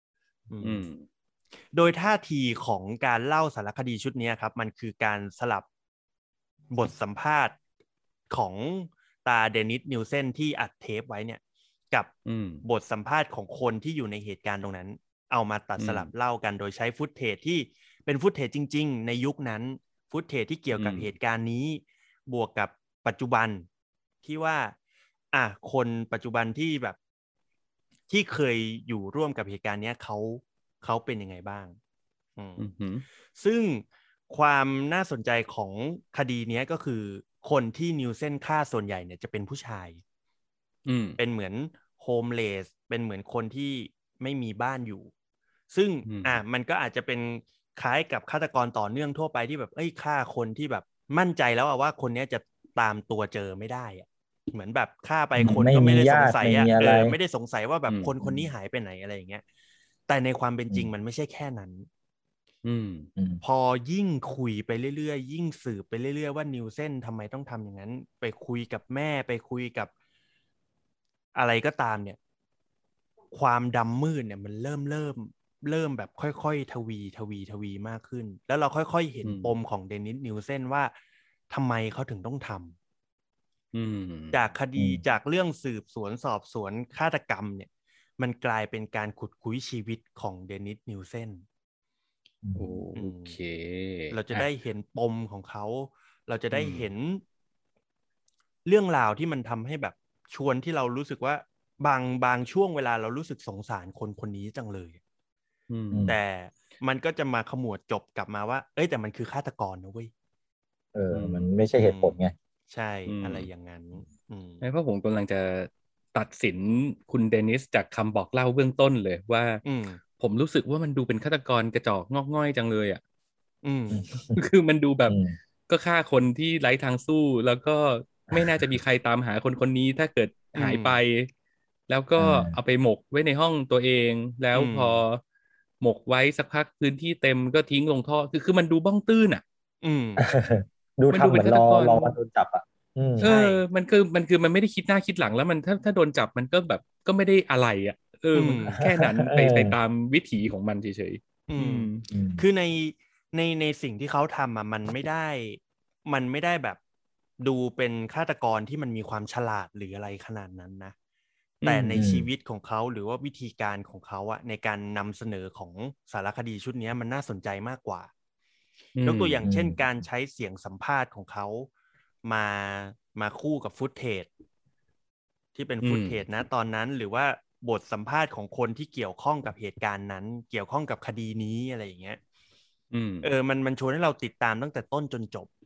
โดยท่าทีของการเล่าสารคดีชุดนี้ครับมันคือการสลับบทสัมภาษณ์ของตาเดนิสนิวเซนที่อัดเทปไว้เนี่ยกับบทสัมภาษณ์ของคนที่อยู่ในเหตุการณ์ตรงนั้นเอามาตัดสลับเล่ากันโดยใช้ฟุตเทจที่เป็นฟุตเทจจริงๆในยุคนั้นฟุตเทจที่เกี่ยวกับเหตุการณ์นี้บวกกับปัจจุบันที่ว่าอ่ะคนปัจจุบันที่แบบที่เคยอยู่ร่วมกับเหตุการณ์นี้เขาเขาเป็นยังไงบ้างอืม mm-hmm. ซึ่งความน่าสนใจของคดีนี้ก็คือคนที่นิวเซนฆ่าส่วนใหญ่เนี่ยจะเป็นผู้ชายเป็นเหมือนโฮมเลสเป็นเหมือนคนที่ไม่มีบ้านอยู่ซึ่งอ่ะมันก็อาจจะเป็นคล้ายกับฆาตกรต่อเนื่องทั่วไปที่แบบเอ้ยฆ่าคนที่แบบมั่นใจแล้วว่าคนนี้จะตามตัวเจอไม่ได้อะเหมือนแบบฆ่าไปคนก็ไม่ได้สงสัยอ่ะเออไม่ได้สงสัยว่าแบบคนคนนี้หายไปไหนอะไรอย่างเงี้ยแต่ในความเป็นจริงมันไม่ใช่แค่นั้นพอยิ่งคุยไปเรื่อยๆยิ่งสืบไปเรื่อยๆว่านิวเซนทำไมต้องทำอย่างนั้นไปคุยกับแม่ไปคุยกับอะไรก็ตามเนี่ยความดำมืดเนี่ยมันเริ่มเริ่มเริ่มแบบค่อยๆทวีทวีทวีมากขึ้นแล้วเราค่อยๆเห็นปมของเดนิสนิวเซนว่าทำไมเขาถึงต้องทำจากคดีจากเรื่องสืบสวนสอบสวนฆาตกรรมเนี่ยมันกลายเป็นการขุดคุ้ยชีวิตของเดนิสนิวเซนโอเคเราจะได้เห็นปมของเขาเราจะได้เห็นเรื่องราวที่มันทำให้แบบชวนที่เรารู้สึกว่าบางบางช่วงเวลาเรารู้สึกสงสารคนคนนี้จังเลยแต่มันก็จะมาขมวดจบกลับมาว่าเอ้ยแต่มันคือฆาตกรนะเว้ยเออมันไม่ใช่เหตุผลไงใช่อะไรอย่างนั้นเพราะผมกำลังจะตัดสินคุณเดนิสจากคำบอกเล่าเบื้องต้นเลยว่าผมรู้สึกว่ามันดูเป็นฆาตกรกระจอกงอกง่อยจังเลยอ่ะคือมันดูแบบก็ฆ่าคนที่ไร้ทางสู้แล้วก็ไม่น่าจะมีใครตามหาคนคนนี้ถ้าเกิดหายไปแล้วก็เอาไปหมกไว้ในห้องตัวเองแล้วพอหมกไว้สักพักพื้นที่เต็มก็ทิ้งลงท่อคือคือมันดูบ้องตื้นอ่ะดูทำเหมือนรอรอมาโดนจับอ่ะเออมันคือมันคือมันไม่ได้คิดหน้าคิดหลังแล้วมันถ้าถ้าโดนจับมันก็แบบก็ไม่ได้อะไรอ่ะเออแค่นั้นไปไปตามวิถีของมันเฉยๆคือในในในสิ่งที่เขาทำอ่ะมันไม่ได้มันไม่ได้แบบดูเป็นฆาตกรที่มันมีความฉลาดหรืออะไรขนาดนั้นนะแต่ในชีวิตของเขาหรือว่าวิธีการของเขาอะในการนำเสนอของสารคดีชุดนี้มันน่าสนใจมากกว่ายกตัวอย่างเช่นการใช้เสียงสัมภาษณ์ของเขามามาคู่กับฟุตเทจที่เป็นฟุตเทจนะตอนนั้นหรือว่าบทสัมภาษณ์ของคนที่เกี่ยวข้องกับเหตุการณ์นั้นเกี่ยวข้องกับคดีนี้อะไรอย่างเงี้ยเออมันมันชวนให้เราติดตามตั้งแต่ต้นจนจบ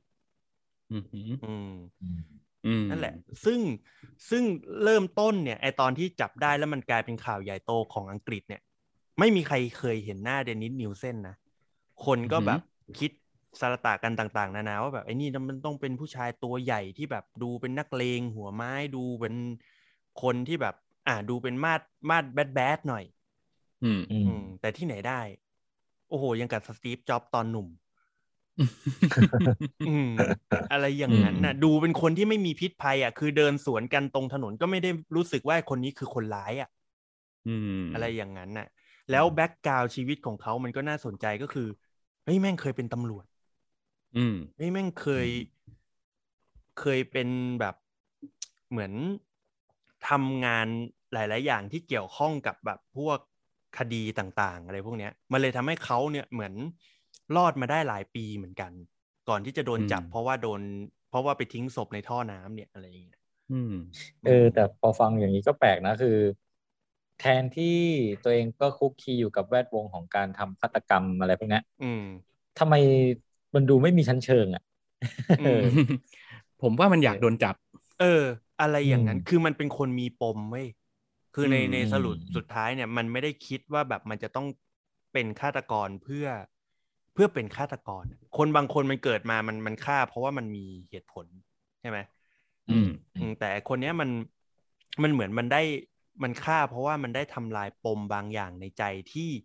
นั่นแหละซึ่งซึ่งเริ่มต้นเนี่ยไอตอนที่จับได้แล้วมันกลายเป็นข่าวใหญ่โตของอังกฤษเนี่ยไม่มีใครเคยเห็นหน้าเดนิสนิวเซนนะคนก็แบบคิดสารตะกันต่างๆนานาว่าแบบไอ้นี่มันต้องเป็นผู้ชายตัวใหญ่ที่แบบดูเป็นนักเลงหัวไม้ดูเป็นคนที่แบบอ่าดูเป็นมาดมาดแบดแบดหน่อยอืมอืมแต่ที่ไหนได้โอ้โหยังกับสตีฟจ็อบส์ตอนหนุ่มอืมอะไรอย่างนั้นน่ะดูเป็นคนที่ไม่มีพิษภัยอ่ะคือเดินสวนกันตรงถนนก็ไม่ได้รู้สึกว่าคนนี้คือคนร้ายอ่ะอืมอะไรอย่างนั้นน่ะแล้วแบ็คกราวด์ชีวิตของเขามันก็น่าสนใจก็คือเฮ้ยแม่งเคยเป็นตำรวจอืมเฮ้ยแม่งเคยเคยเป็นแบบเหมือนทำงานหลายๆอย่างที่เกี่ยวข้องกับแบบพวกคดีต่างๆอะไรพวกเนี้ยมันเลยทำให้เขาเนี่ยเหมือนรอดมาได้หลายปีเหมือนกันก่อนที่จะโดนจับเพราะว่าโดนเพราะว่าไปทิ้งศพในท่อน้ำเนี่ยอะไรอย่างเงี้ยเออแต่พอฟังอย่างนี้ก็แปลกนะคือแทนที่ตัวเองก็คุกคีอยู่กับแวดวงของการทำฆาตกรรมอะไรพวกนี้ทำไมมันดูไม่มีชั้นเชิงอ่ะผมว่ามันอยากโดนจับเอออะไรอย่างนั้นคือมันเป็นคนมีปมเว้ยคือในในสรุปสุดท้ายเนี่ยมันไม่ได้คิดว่าแบบมันจะต้องเป็นฆาตกรเพื่อเพื่อเป็นฆาตกรคนบางคนมันเกิดมามันมันฆ่าเพราะว่ามันมีเหตุผลใช่ไหมอืมแต่คนเนี้ยมันมันเหมือนมันได้มันฆ่าเพราะว่ามันได้ทำลายปมบางอย่างในใจที่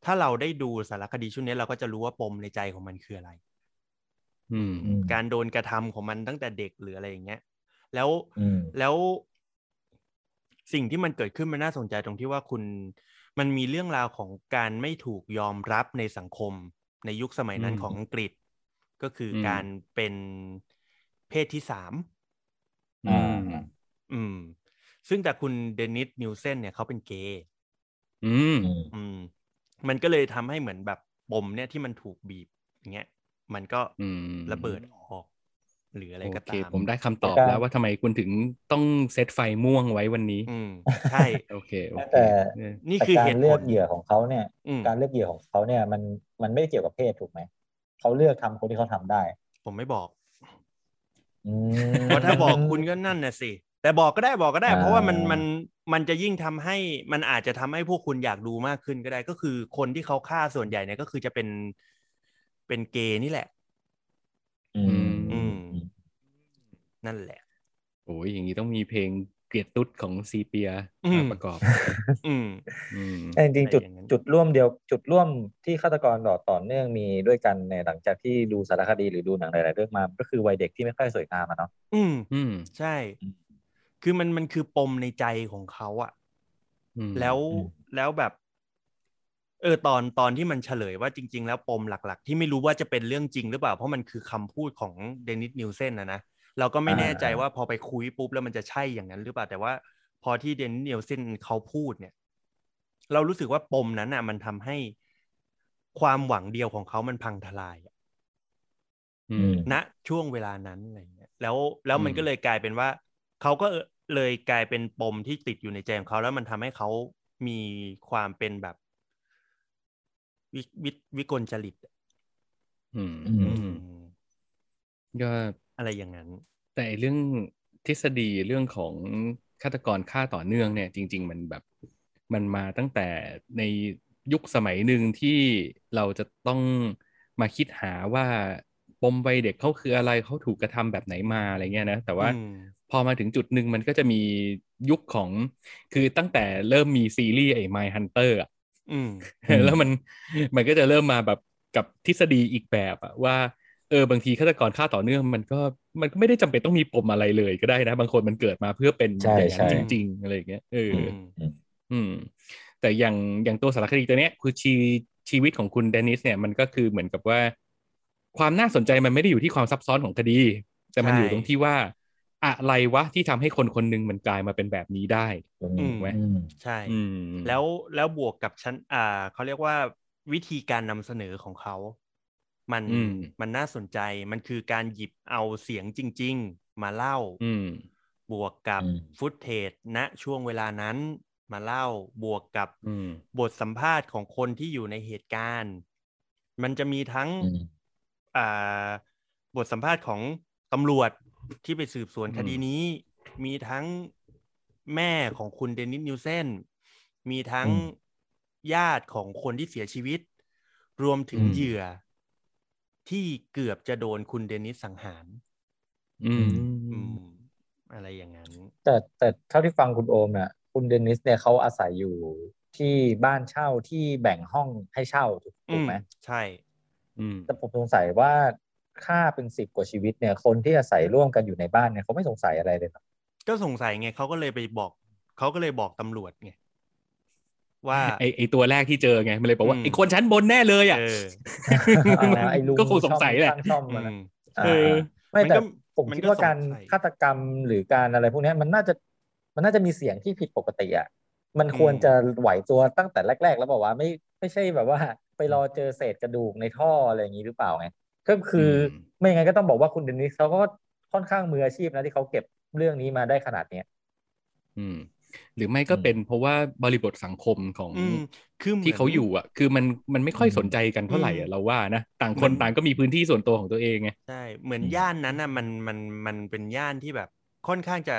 ถ้าเราได้ดูสารคดีชุดนี้เราก็จะรู้ว่าปมในใจของมันคืออะไรอืมการโดนกระทำของมันตั้งแต่เด็กหรืออะไรอย่างเงี้ยแล้วแล้ว สิ่งที่มันเกิดขึ้นมันน่าสนใจตรงที่ว่าคุณมันมีเรื่องราวของการไม่ถูกยอมรับในสังคมในยุคสมัยนั้นของอังกฤษก็คือการเป็นเพศที่สามอืมอืมซึ่งแต่คุณเดนิสนิวเซนเนี่ยเขาเป็นเกย์อืมอืมมันก็เลยทำให้เหมือนแบบปมเนี่ยที่มันถูกบีบอย่างเงี้ยมันก็ระเบิดออกหรืออะไรก็ตามผมได้คำตอบแล้วว่าทำไมคุณถึงต้องเซตไฟม่วงไว้วันนี้อืมใช่โอเคโอเคแต่นี่คือการเลือกเหยื่อของเขาเนี่ยการเลือกเหยื่อของเขาเนี่ยมันมันไม่ได้เกี่ยวกับเพศถูกไหมเขาเลือกทำคนที่เขาทำได้ผมไม่บอกเพราะถ้าบอกคุณก็นั่นน่ะสิแต่บอกก็ได้บอกก็ได้เพราะว่ามันมันมันจะยิ่งทำให้มันอาจจะทำให้พวกคุณอยากดูมากขึ้นก็ได้ก็คือคนที่เขาฆ่าส่วนใหญ่เนี่ยก็คือจะเป็นเป็นเกย์นี่แหละอืมอืมนั่นแหละโอ้ยอย่างนี้ต้องมีเพลงเกลียดตุ๊ดของซีเปียมาประกอบอืมอืมจริงๆจุดจุดร่วมเดียวจุดร่วมที่ฆาตกรต่อต่อเนื่องมีด้วยกันในหลังจากที่ดูสารคดีหรือดูหนังหลายๆเรื่องมาก็คือวัยเด็กที่ไม่ค่อยสวยงามอ่ะเนาะอืมอืมใช่คือมันมันคือปมในใจของเขาอะแล้วแล้วแบบเออตอนตอนที่มันเฉลยว่าจริงๆแล้วปมหลักๆที่ไม่รู้ว่าจะเป็นเรื่องจริงหรือเปล่าเพราะมันคือคำพูดของเดนิสนิวเซนนะนะเราก็ไม่แน่ใจว่าพอไปคุยปุ๊บแล้วมันจะใช่อย่างนั้นหรือเปล่าแต่ว่าพอที่เดนิสนิวเซนเขาพูดเนี่ยเรารู้สึกว่าปมนั้นอ่ะมันทำให้ความหวังเดียวของเขามันพังทลายณช่วงเวลานั้นอะไรเงี้ยแล้วแล้วมันก็เลยกลายเป็นว่าเขาก็เลยกลายเป็นปมที่ติดอยู่ในใจของเขาแล้วมันทำให้เขามีความเป็นแบบวิวิวิกลจริตอืมก็อะไรอย่างนั้นแต่เรื่องทฤษฎีเรื่องของฆาตกรฆ่าต่อเนื่องเนี่ยจริงๆมันแบบมันมาตั้งแต่ในยุคสมัยหนึ่งที่เราจะต้องมาคิดหาว่าปมวัยเด็กเขาคืออะไรเขาถูกกระทำแบบไหนมาอะไรเงี้ยนะแต่ว่าพอมาถึงจุดหนึ่งมันก็จะมียุคของคือตั้งแต่เริ่มมีซีรีส์ไอ้ Mindhunter อ่ะแล้วมันมันก็จะเริ่มมาแบบกับทฤษฎีอีกแบบอะว่าเออบางทีฆาตกรฆ่าต่อเนื่องมันก็มันก็ไม่ได้จำเป็นต้องมีปมอะไรเลยก็ได้นะบางคนมันเกิดมาเพื่อเป็นอย่างนั้นจริงๆอะไรอย่างเงี้ยเอออืมแต่อย่างอย่างตัวสารคดีตัวเนี้ยคือชีชีวิตของคุณเดนิสเนี่ยมันก็คือเหมือนกับว่าความน่าสนใจมันไม่ได้อยู่ที่ความซับซ้อนของคดีแต่มันอยู่ตรงที่ว่าอะไรวะที่ทำให้คนคนหนึ่งมันกลายมาเป็นแบบนี้ได้ถูกไหมใช่แล้วแล้วบวกกับชั้นอ่าเขาเรียกว่าวิธีการนำเสนอของเขามันมันน่าสนใจมันคือการหยิบเอาเสียงจริงๆมาเล่าบวกกับฟุตเทจณช่วงเวลานั้นมาเล่าบวกกับบทสัมภาษณ์ของคนที่อยู่ในเหตุการณ์มันจะมีทั้งอ่าบทสัมภาษณ์ของตำรวจที่ไปสืบสวนคดีนี้มีทั้งแม่ของคุณเดนิสนิวเซนมีทั้งญาติของคนที่เสียชีวิตรวมถึงเหยื่อที่เกือบจะโดนคุณเดนิสสังหารอืมอืมอะไรอย่างนั้นแต่แต่เท่าที่ฟังคุณโอมเนี่ยคุณเดนิสเนี่ยเขาอาศัยอยู่ที่บ้านเช่าที่แบ่งห้องให้เช่าถูกไหมใช่แต่ผมสงสัยว่าฆ่าเป็นสิบกว่าชีวิตเนี่ยคนที่อาศัยร่วมกันอยู่ในบ้านเนี่ยเขาไม่สงสัยอะไรเลยหรอก็สงสัยไงเขาก็เลยไปบอกเขาก็เลยบอกตำรวจไงว่าไอไอตัวแรกที่เจอไงมันเลยบอกว่าไอคนชั้นบนแน่เลยอ่ะไอลุงก็คงสงสัยแหละช่อมมันไม่แต่ผมคิดว่าการฆาตกรรมหรือการอะไรพวกนี้มันน่าจะมันน่าจะมีเสียงที่ผิดปกติอ่ะมันควรจะไหวตัวตั้งแต่แรกๆแล้วบอกว่าไม่ไม่ใช่แบบว่าไปรอเจอเศษกระดูกในท่ออะไรอย่างนี้หรือเปล่าไงก็คือไม่งั้นก็ต้องบอกว่าคุณเดนิสเขาก็ค่อนข้างมืออาชีพนะที่เขาเก็บเรื่องนี้มาได้ขนาดนี้อืมหรือไม่ก็เป็นเพราะว่าบริบทสังคมของที่เขาอยู่อ่ะคือมันมันไม่ค่อยสนใจกันเท่าไหร่อ่ะเราว่านะต่างคนต่างก็มีพื้นที่ส่วนตัวของตัวเองไงใช่เหมือนย่านนั้นอ่ะมันมันมันเป็นย่านที่แบบค่อนข้างจะ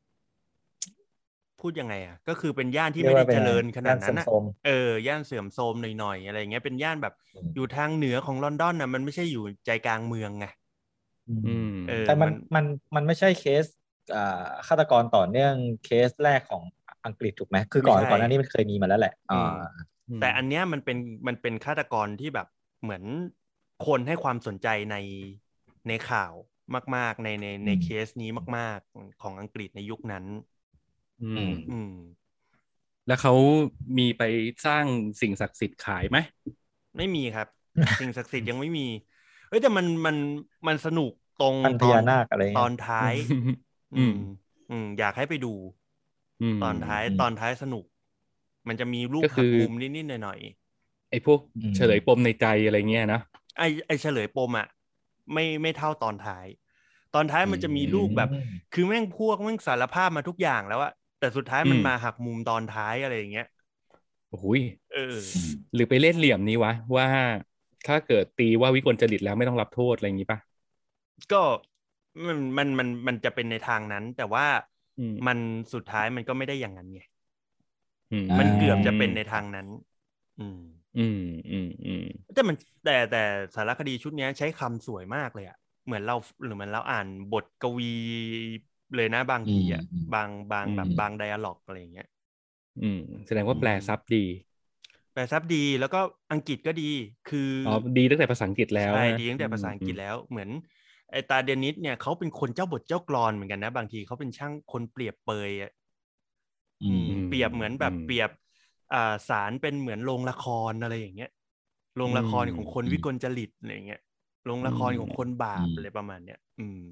พูดยังไงอ่ะก็คือเป็นย่านที่ไม่ได้เจริญขนาดนั้นอ่ะเออย่านเสื่อมโทรมหน่อยๆอะไรเงี้ยเป็นย่านแบบอยู่ทางเหนือของลอนดอนน่ะมันไม่ใช่อยู่ใจกลางเมืองไงแต่มันมันมันไม่ใช่เคสฆาตกรต่อเนื่องเคสแรกของอังกฤษถูกไหมคือก่อนก่อนหน้านี้มันเคยมีมาแล้วแหละอ่าแต่อันเนี้ยมันเป็นมันเป็นฆาตกรที่แบบเหมือนคนให้ความสนใจในในข่าวมากๆในในในเคสนี้มากๆของอังกฤษในยุคนั้นอืมอืมแล้วเขามีไปสร้างสิ่งศักดิ์สิทธิ์ขายไหมไม่มีครับ สิ่งศักดิ์สิทธิ์ยังไม่มีเอ้ยแต่มันมันมันสนุกตรงตอนตอนท้ายอืมอืมอยากให้ไปดูตอนท้ายตอนท้ายสนุกมันจะมีลูกหักมุมนิดๆหน่อยๆไอ้พวกเฉลยปมในใจอะไรเงี้ยนะไอ้ไอ้เฉลยปมอ่ะไม่ไม่เท่าตอนท้ายตอนท้ายมันจะมีลูกแบบคือแม่งพวกแม่งสารภาพมาทุกอย่างแล้วอะแต่สุดท้ายมันมาหักมุมตอนท้ายอะไรอย่างเงี้ยโอ้ยเออหรือไปเล่นเหลี่ยมนี้วะว่าถ้าเกิดตีว่าวิกลจริตแล้วไม่ต้องรับโทษอะไรอย่างนี้ป่ะก็มันมันมันมันจะเป็นในทางนั้น แต่ว่ามันสุดท้ายมันก็ไม่ได้อย่างนั้นไงมันเกือบจะเป็นในทางนั้นอืมอืมอืมอืมแต่มันแต่แต่สารคดีชุดนี้ใช้คำสวยมากเลยอะเหมือนเราหรือเหมือนเราอ่านบทกวีเลยนะบางทีอะบางบางแบบบางไดอะล็อกอะไรอย่างเงี้ยอืมแสดงว่าแปลซับดีแปลซับดีแล้วก็อังกฤษก็ดีคืออ๋อดีตั้งแต่ภาษาอังกฤษแล้วใช่ดีตั้งแต่ภาษาอังกฤษแล้วเหมือนไอตาเดนิสเนี่ยเขาเป็นคนเจ้าบทเจ้ากลอนเหมือนกันนะบางทีเขาเป็นช่างคนเปรียบเปยอ่ะเปรียบเหมือนแบบเปรียบอ่าศาลเป็นเหมือนโรงละครอะไรอย่างเงี้ยโรงละครของคนวิกลจริตอะไรอย่างเงี้ยโรงละครของคนบาปอะไรประมาณเนี้ยอืม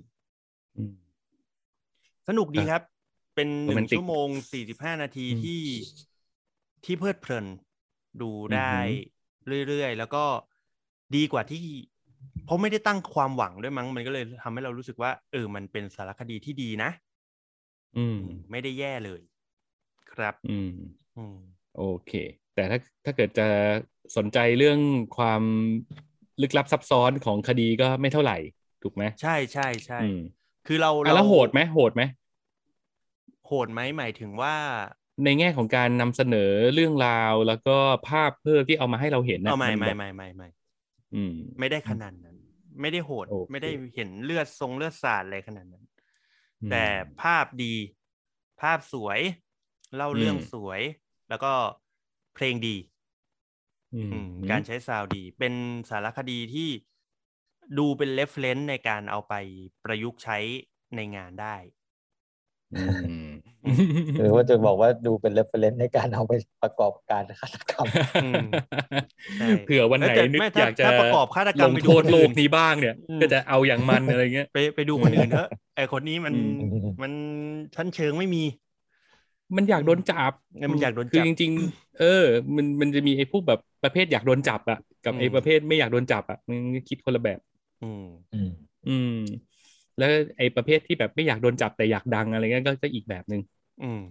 สนุกดีครับเป็นหนึ่งชั่วโมงสี่สิบห้านาทีที่ที่เพลิดเพลินดูได้เรื่อยๆแล้วก็ดีกว่าที่เพราะไม่ได้ตั้งความหวังด้วยมั้งมันก็เลยทำให้เรารู้สึกว่าเออมันเป็นสารคดีที่ดีนะอืมไม่ได้แย่เลยครับอืมอืมโอเคแต่ถ้าถ้าเกิดจะสนใจเรื่องความลึกลับซับซ้อนของคดีก็ไม่เท่าไหร่ถูกไหมใช่ใช่ใช่คือเราเราแล้วโหดไหมโหดไหมโหดไหมหมายถึงว่าในแง่ของการนำเสนอเรื่องราวแล้วก็ภาพเพิ่มที่เอามาให้เราเห็นนะไม่ไม่ไม่ไม่ไม่อืมไม่ได้ขนาดนั้นไม่ได้โหดไม่ได้เห็นเลือดทรงเลือดสาดอะไรขนาดนั้นแต่ภาพดีภาพสวยเล่าเรื่องสวยแล้วก็เพลงดีการใช้ซาวด์ดีเป็นสารคดีที่ดูเป็นเรฟเฟรนซ์ในการเอาไปประยุกต์ใช้ในงานได้หรือว่าจะบอกว่าดูเป็นเรฟเฟรนซ์ในการเอาไปประกอบการฆาตกรรมเผื่อวันไหนนึกอยากจะประกอบฆาตกรรมลงโทษโลกนี้บ้างเนี่ยก็จะเอาอย่างมันอะไรเงี้ยไปไปดูคนอื่นเถอะไอคนนี้มันมันชั้นเชิงไม่มีมันอยากโดนจับมันอยากโดนจับคือจริงๆเออมันมันจะมีไอ้พวกแบบประเภทอยากโดนจับอ่ะกับไอ้ประเภทไม่อยากโดนจับอ่ะมันคิดคนละแบบอืมอืมแล้วไอ้ประเภทที่แบบไม่อยากโดนจับแต่อยากดังอะไรเงี้ยก็ก็อีกแบบนึงอืม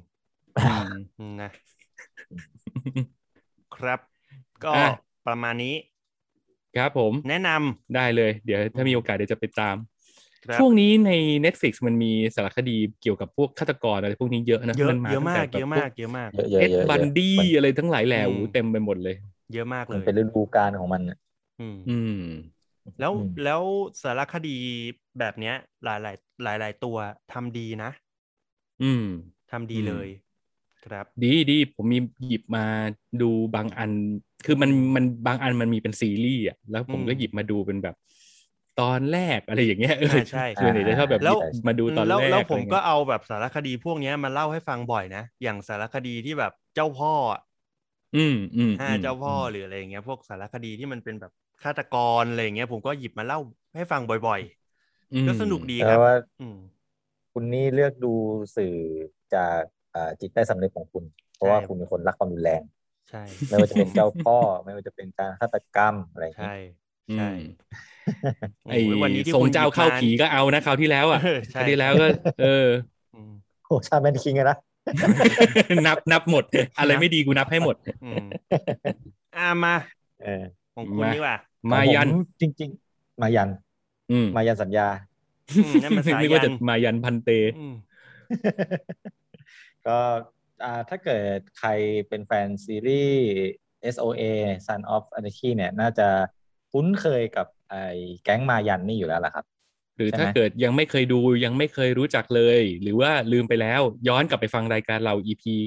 นะครับก็ประมาณนี้ครับผมแนะนำได้เลยเดี๋ยวถ้ามีโอกาสเดี๋ยวจะไปตามช่วงนี้ใน Netflix มันมีสารคดีเกี่ยวกับพวกฆาตกรอะไรพวกนี้เยอะนะเยอะมันมาเยอะมากเยอะมากเยอะมากเอ็ดบันดี้อะไรทั้งหลายแหล่เต็มไปหมดเลยเยอะมากเลยมันเป็นฤดูกาลของมันอืมอืมแล้วแล้วสารคดีแบบเนี้ยหลายหลายหลายหลายตัวทำดีนะอืมทำดีเลยครับดีดีผมมีหยิบมาดูบางอันคือมันมันบางอันมันมีเป็นซีรีส์อ่ะแล้วผมก็หยิบมาดูเป็นแบบตอนแรกอะไรอย่างเงี้ยเออใช่ส่วนใหญ่จะชอบแบบมาดูตอนแรกแล้วผมก็เอาแบบสารคดีพวกนี้มาเล่าให้ฟังบ่อยนะอย่างสารคดีที่แบบเจ้าพ่ออืมอืมห้าเจ้าพ่อหรืออะไรอย่างเงี้ยพวกสารคดีที่มันเป็นแบบฆาตกรอะไรอย่างเงี้ยผมก็หยิบมาเล่าให้ฟังบ่อยๆก็สนุกดีครับว่าคุณนี่เลือกดูสื่อจากจิตใต้สำนึกของคุณเพราะว่าคุณเป็นคนรักความรุนแรงใช่ไม่ว่าจะเป็นเจ้าพ่อไม่ว่าจะเป็นการฆาตกรรมอะไรอย่างเงี้ยใช่ใช่ไอ้วันนี้ที่ทรงเจ้าเข้าผีก็เอานะคราวที่แล้วอ่ะคราวที่แล้วก็เออโอ้ชาแมนคิงนะนับนับหมดอะไรไม่ดีกูนับให้หมดอ่ามาของคุณนี่ว่ามายันจริงๆมายันมายันสัญญานั่นมันสายันไม่ว่าจะมายันพันเตก็ถ้าเกิดใครเป็นแฟนซีรีส์ เอส โอ เอ Son of Anarchy เนี่ยน่าจะคุ้นเคยกับไอ้แก๊งมายันนี่อยู่แล้วล่ะครับหรือถ้าเกิดยังไม่เคยดูยังไม่เคยรู้จักเลยหรือว่าลืมไปแล้วย้อนกลับไปฟังรายการเรา อี พี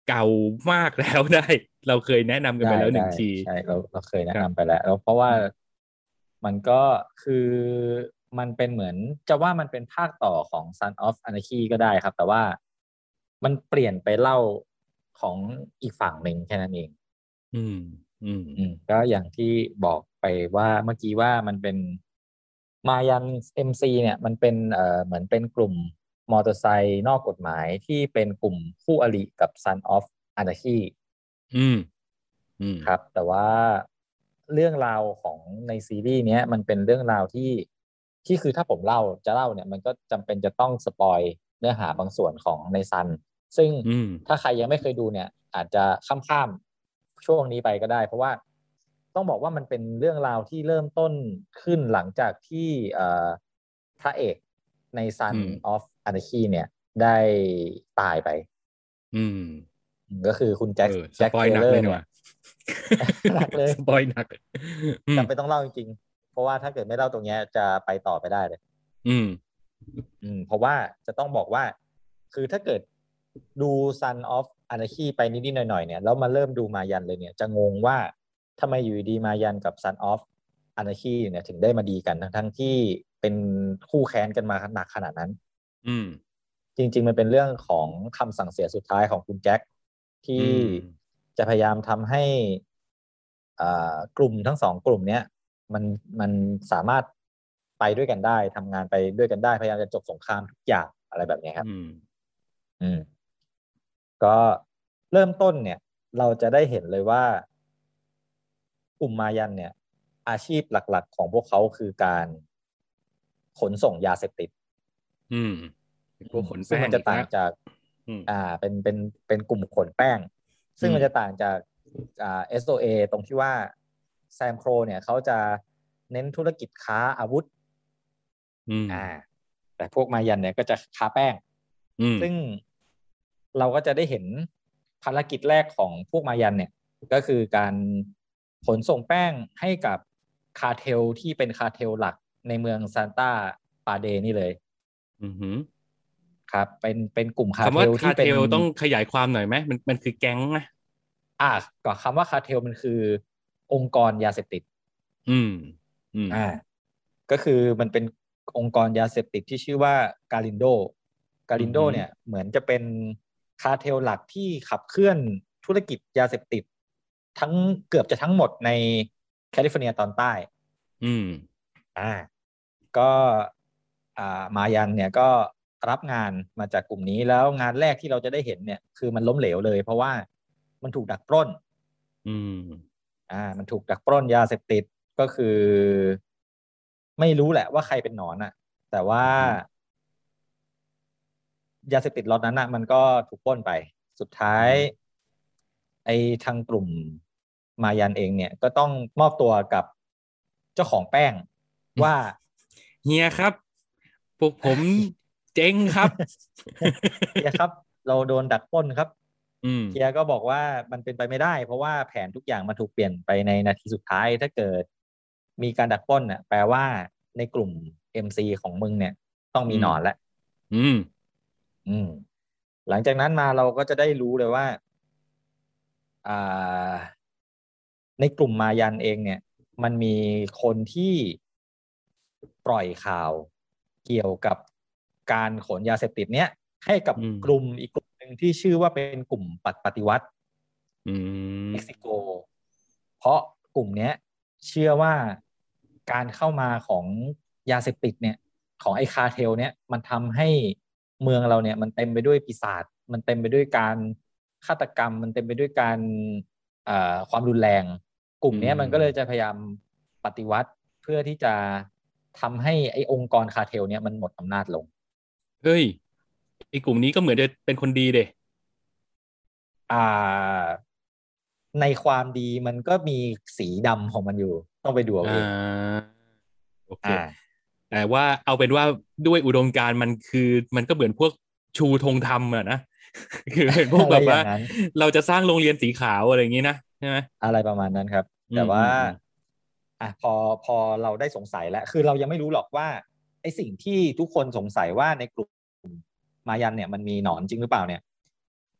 เก่ามากแล้วได้เราเคยแนะนำกันไปแล้วหนึ่งทีใช่เราเราเคยแนะนำไปแล้วแล้วเพราะว่ามันก็คือมันเป็นเหมือนจะว่ามันเป็นภาคต่อของ Son of Anarchy ก็ได้ครับแต่ว่ามันเปลี่ยนไปเล่าของอีกฝั่งหนึ่งแค่นั้นเองอืมอืมอืมก็อย่างที่บอกไปว่าเมื่อกี้ว่ามันเป็นมายัน เอ็ม ซี เนี่ยมันเป็นเอ่อเหมือนเป็นกลุ่มมอเตอร์ไซค์นอกกฎหมายที่เป็นกลุ่มคู่อริกับ Son of Anarchy อืมอืมครับแต่ว่าเรื่องราวของในซีรีส์นี้มันเป็นเรื่องราวที่ที่คือถ้าผมเล่าจะเล่าเนี่ยมันก็จำเป็นจะต้องสปอยเนื้อหาบางส่วนของในซันซึ่งถ้าใครยังไม่เคยดูเนี่ยอาจจะข้ามๆช่วงนี้ไปก็ได้เพราะว่าต้องบอกว่ามันเป็นเรื่องราวที่เริ่มต้นขึ้นหลังจากที่พระเอกใน Son of Anarchy เนี่ยได้ตายไปอืมก็คือคุณแจ็คแจ็คเทเลอร์เนี่ยหนักเลยสปอยหนักจำเป็นต้องเล่าจริงๆเพราะว่าถ้าเกิดไม่เล่าตรงนี้จะไปต่อไปได้เลยอืมอืมเพราะว่าจะต้องบอกว่าคือถ้าเกิดดู Son of Anarchy ไปนิดๆหน่อยๆเนี่ยแล้วมาเริ่มดูมายันเลยเนี่ยจะงงว่าทำไมอยู่ดีมายันกับ Son of Anarchy เนี่ยถึงได้มาดีกันทั้งๆที่เป็นคู่แค้นกันมาหนักขนาดนั้นอืมจริงๆมันเป็นเรื่องของคำสั่งเสียสุดท้ายของคุณแจ็คที่จะพยายามทำให้กลุ่มทั้งสองกลุ่มเนี้ยมันมันสามารถไปด้วยกันได้ทำงานไปด้วยกันได้พยายามจะจบสงครามทุกอย่างอะไรแบบนี้ครับอืมอืมก็เริ่มต้นเนี่ยเราจะได้เห็นเลยว่ากลุ่มมายันเนี่ยอาชีพหลักๆของพวกเขาคือการขนส่งยาเสพติดอืมพวกขนแป้งซึ่งมันจะต่างจากอ่าเป็นเป็นเป็นกลุ่มขนแป้งซึ่งมันจะต่างจากอ่า เอส โอ เอ ตรงที่ว่าแซมโครเนี่ยเขาจะเน้นธุรกิจค้าอาวุธอ่าแต่พวกมายันเนี่ยก็จะค้าแป้งซึ่งเราก็จะได้เห็นภารกิจแรกของพวกมายันเนี่ยก็คือการขนส่งแป้งให้กับคาร์เทลที่เป็นคาร์เทลหลักในเมืองซานตาปาเดนี่เลยอือหือครับเป็นเป็นกลุ่มคาร์เทลที่เป็นคำว่าคาร์เทลต้องขยายความหน่อยไหมมันมันคือแก๊งนะอ่าก่อนคำว่าคาร์เทลมันคือองค์กรยาเสพติดอืมอืมอ่าก็คือมันเป็นองค์กรยาเสพติดที่ชื่อว่าการินโดการินโดเนี่ยเหมือนจะเป็นคาร์เทลหลักที่ขับเคลื่อนธุรกิจยาเสพติดทั้งเกือบจะทั้งหมดในแคลิฟอร์เนียตอนใต้อืมอ่าก็อ่ามายันเนี่ยก็รับงานมาจากกลุ่มนี้แล้วงานแรกที่เราจะได้เห็นเนี่ยคือมันล้มเหลวเลยเพราะว่ามันถูกดักปล้นอืมอ่ามันถูกดักปล้นยาเสพติดก็คือไม่รู้แหละว่าใครเป็นหนอนอะแต่ว่ายาเสพติดล็อตนั้นอะมันก็ถูกปล้นไปสุดท้ายไอ้ทางกลุ่มมายันเองเนี่ยก็ต้องมอบตัวกับเจ้าของแป้งว่าเฮียครับพวกผมเจ๊งครับเฮียครับเราโดนดักปล้นครับเฮียก็บอกว่ามันเป็นไปไม่ได้เพราะว่าแผนทุกอย่างมันถูกเปลี่ยนไปในนาทีสุดท้ายถ้าเกิดมีการดักปล้นน่ะแปลว่าในกลุ่ม เอ็ม ซี ของมึงเนี่ยต้องมีหนอนแล้วอืมอืมหลังจากนั้นมาเราก็จะได้รู้เลยว่าอ่าในกลุ่มมายันเองเนี่ยมันมีคนที่ปล่อยข่าวเกี่ยวกับการขนยาเสพติดเนี้ยให้กับกลุ่มอีกกลุ่มหนึ่งที่ชื่อว่าเป็นกลุ่มปฏิวัติเม็กซิโกเพราะกลุ่มเนี้ยเชื่อว่าการเข้ามาของยาเสพติดเนี่ยของไอ้คาร์เทลเนี่ยมันทำให้เมืองเราเนี่ยมันเต็มไปด้วยปีศาจมันเต็มไปด้วยการฆาตกรรมมันเต็มไปด้วยการความรุนแรงกลุ่มนี้มันก็เลยจะพยายามปฏิวัติเพื่อที่จะทำให้ไอ้องค์กรคาร์เทลเนี่ยมันหมดอำนาจลงเฮ้ยไอ้กลุ่มนี้ก็เหมือนจะเป็นคนดีเด้อ่าในความดีมันก็มีสีดำของมันอยู่ต้องไปดูเอาเองโอเคแต่ว่าเอาเป็นว่าด้วยอุดมการณ์มันคือมันก็เหมือนพวกชูธงธรรมอะนะคือเป็นพวกแบบว่าเราจะสร้างโรงเรียนสีขาวอะไรอย่างนี้นะใช่ไหมอะไรประมาณนั้นครับแต่ว่าอ่ะพอพอเราได้สงสัยแล้วคือเรายังไม่รู้หรอกว่าไอ้สิ่งที่ทุกคนสงสัยว่าในกลุ่มมายันเนี่ยมันมีหนอนจริงหรือเปล่าเนี่ย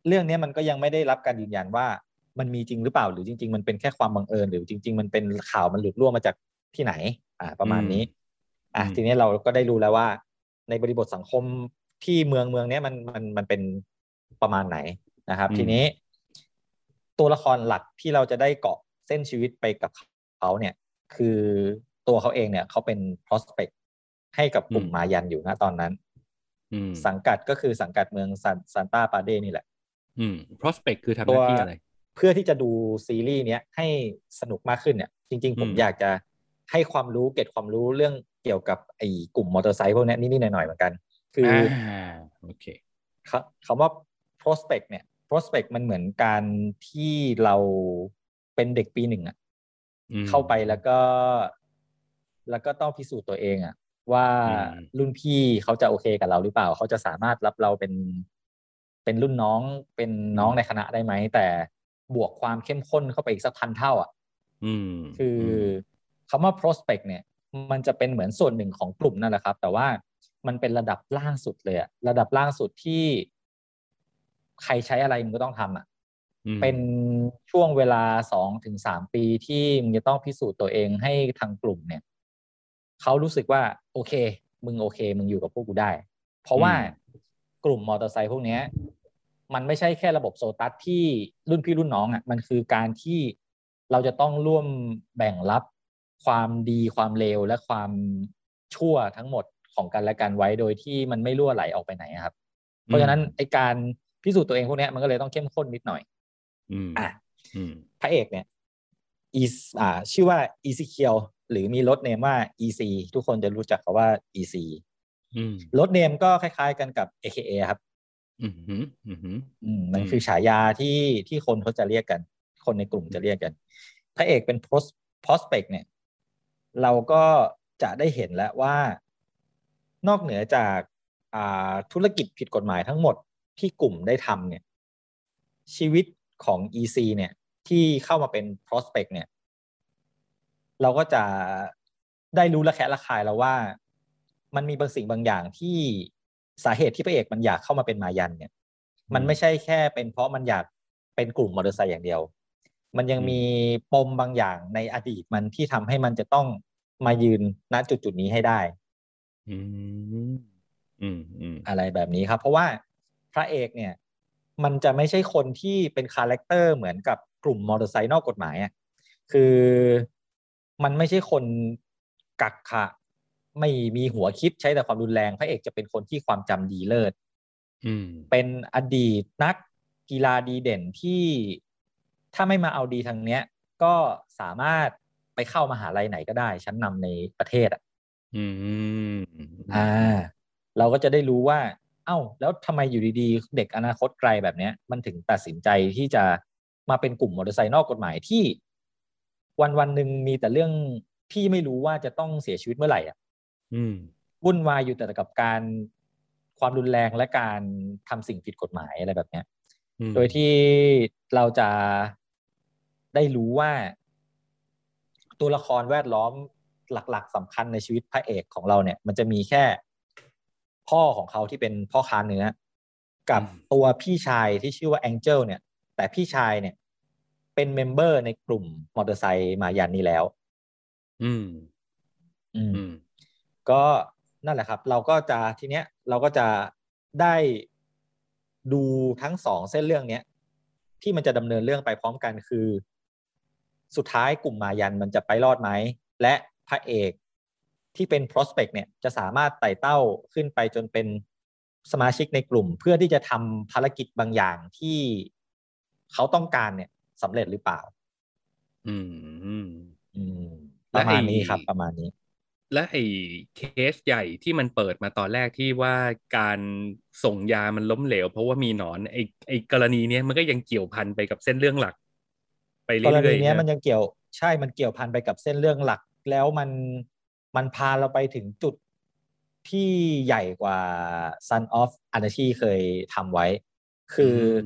เรื่องนี้มันก็ยังไม่ได้รับการยืนยันว่ามันมีจริงหรือเปล่าหรือจริงๆมันเป็นแค่ความบังเอิญหรือจริงๆมันเป็นข่าวมันหลุดร่วงมาจากที่ไหนอ่าประมาณนี้อ่ะทีนี้เราก็ได้รู้แล้วว่าในบริบทสังคมที่เมืองเมืองนี้มันมันมันเป็นประมาณไหนนะครับทีนี้ตัวละครหลักที่เราจะได้เกาะเส้นชีวิตไปกับเขาเนี่ยคือตัวเขาเองเนี่ยเขาเป็น prospect ให้กับกลุ่มมายันอยู่นะตอนนั้นสังกัดก็คือสังกัดเมืองซานตาปาเดนี่แหละอืม prospect คือทำหน้าที่อะไรเพื่อที่จะดูซีรีส์เนี้ยให้สนุกมากขึ้นเนี่ยจริงๆผมอยากจะให้ความรู้เก็บความรู้เรื่องเกี่ยวกับไอ้กลุ่มมอเตอร์ไซค์พวกนี้นิดๆหน่อยๆเหมือนกันคือโอเคคำว่า prospect เนี่ย prospect มันเหมือนการที่เราเป็นเด็กปีหนึ่งอ่ะเข้าไปแล้วก็แล้วก็ต้องพิสูจน์ตัวเองอ่ะว่ารุ่นพี่เขาจะโอเคกับเราหรือเปล่าเขาจะสามารถรับเราเป็นเป็นรุ่นน้องเป็นน้องในคณะได้ไหมแต่บวกความเข้มข้นเข้าไปอีกสักพันเท่าอ่ะคือคำว่า prospect เนี่ยมันจะเป็นเหมือนส่วนหนึ่งของกลุ่มนั่นแหละครับแต่ว่ามันเป็นระดับล่างสุดเลยอะระดับล่างสุดที่ใครใช้อะไรมึงก็ต้องทำอ่ะเป็นช่วงเวลาสองถึงสามปีที่มึงจะต้องพิสูจน์ตัวเองให้ทางกลุ่มเนี่ยเขารู้สึกว่าโอเคมึงโอเคมึงอยู่กับพวกกูได้เพราะว่ากลุ่มมอเตอร์ไซค์พวกนี้มันไม่ใช่แค่ระบบโซตัสที่รุ่นพี่รุ่นน้องอ่ะมันคือการที่เราจะต้องร่วมแบ่งรับความดีความเลวและความชั่วทั้งหมดของกันและกันไว้โดยที่มันไม่รั่วไหลออกไปไหนครับเพราะฉะนั้นไอการพิสูจน์ตัวเองพวกนี้มันก็เลยต้องเข้มข้นนิดหน่อยอ่ะพระเอกเนี่ยอีอ่าชื่อว่าอีซีเคียวหรือมีรถเนมว่า อี ซี ทุกคนจะรู้จักเขาว่า อี ซี รถเนมก็คล้ายๆกันกับ เอ เค เอ ครับอืมอืมอืมมันคือฉายาที่ที่คนเขาจะเรียกกันคนในกลุ่มจะเรียกกันพระเอกเป็น prospect เนี่ยเราก็จะได้เห็นแล้วว่านอกเหนือจากอ่าธุรกิจผิดกฎหมายทั้งหมดที่กลุ่มได้ทำเนี่ยชีวิตของ อี ซี เนี่ยที่เข้ามาเป็น prospect เนี่ยเราก็จะได้รู้ละแคะละคายแล้วว่ามันมีบางสิ่งบางอย่างที่สาเหตุที่พระเอกมันอยากเข้ามาเป็นมายันเนี่ยมันไม่ใช่แค่เป็นเพราะมันอยากเป็นกลุ่มมอเตอร์ไซค์อย่างเดียวมันยังมีปมบางอย่างในอดีตมันที่ทำให้มันจะต้องมายืนณจุดจุดนี้ให้ได้อืมอืมอืมอะไรแบบนี้ครับเพราะว่าพระเอกเนี่ยมันจะไม่ใช่คนที่เป็นคาแรคเตอร์เหมือนกับกลุ่มมอเตอร์ไซค์นอกกฎหมายอ่ะคือมันไม่ใช่คนกักขะไม่มีหัวคิดใช้แต่ความรุนแรงพระเอกจะเป็นคนที่ความจำดีเลิศเป็นอดีตนักกีฬาดีเด่นที่ถ้าไม่มาเอาดีทางเนี้ยก็สามารถไปเข้ามหาลัยไหนก็ได้ชั้นนำในประเทศอ่ะอืมอ่าเราก็จะได้รู้ว่าเอ้าแล้วทำไมอยู่ดีๆเด็กอนาคตไกลแบบเนี้ยมันถึงตัดสินใจที่จะมาเป็นกลุ่มมอเตอร์ไซค์นอกกฎหมายที่วันวันหนึ่งมีแต่เรื่องที่ไม่รู้ว่าจะต้องเสียชีวิตเมื่อไหร่อ่ะวุ่นวายอยู่แต่กับการความรุนแรงและการทำสิ่งผิดกฎหมายอะไรแบบเนี้ยโดยที่เราจะได้รู้ว่าตัวละครแวดล้อมหลักๆสำคัญในชีวิตพระเอกของเราเนี่ยมันจะมีแค่พ่อของเขาที่เป็นพ่อค้าเนื้อกับตัวพี่ชายที่ชื่อว่าแองเจิลเนี่ยแต่พี่ชายเนี่ยเป็นเมมเบอร์ในกลุ่มมอเตอร์ไซค์มายันนี้แล้วอืมอืมก็นั่นแหละครับเราก็จะทีเนี้ยเราก็จะได้ดูทั้งสองเส้นเรื่องเนี้ยที่มันจะดำเนินเรื่องไปพร้อมกันคือสุดท้ายกลุ่มมายันมันจะไปรอดไหมและพระเอกที่เป็น prospect เนี่ยจะสามารถไต่เต้าขึ้นไปจนเป็นสมาชิกในกลุ่มเพื่อที่จะทำภารกิจบางอย่างที่เขาต้องการเนี่ยสำเร็จหรือเปล่าอืมอืมประมาณนี้ครับประมาณนี้และไอ้เคสใหญ่ที่มันเปิดมาตอนแรกที่ว่าการส่งยามันล้มเหลวเพราะว่ามีหนอนไอ้ไอ้กรณีนี้มันก็ยังเกี่ยวพันไปกับเส้นเรื่องหลักไปเรื่อยๆกรณีนี้มันยังเกี่ยวใช่มันเกี่ยวพันไปกับเส้นเรื่องหลักแล้วมันมันพาเราไปถึงจุดที่ใหญ่กว่า Son of Anarchy เคยทำไว้คือ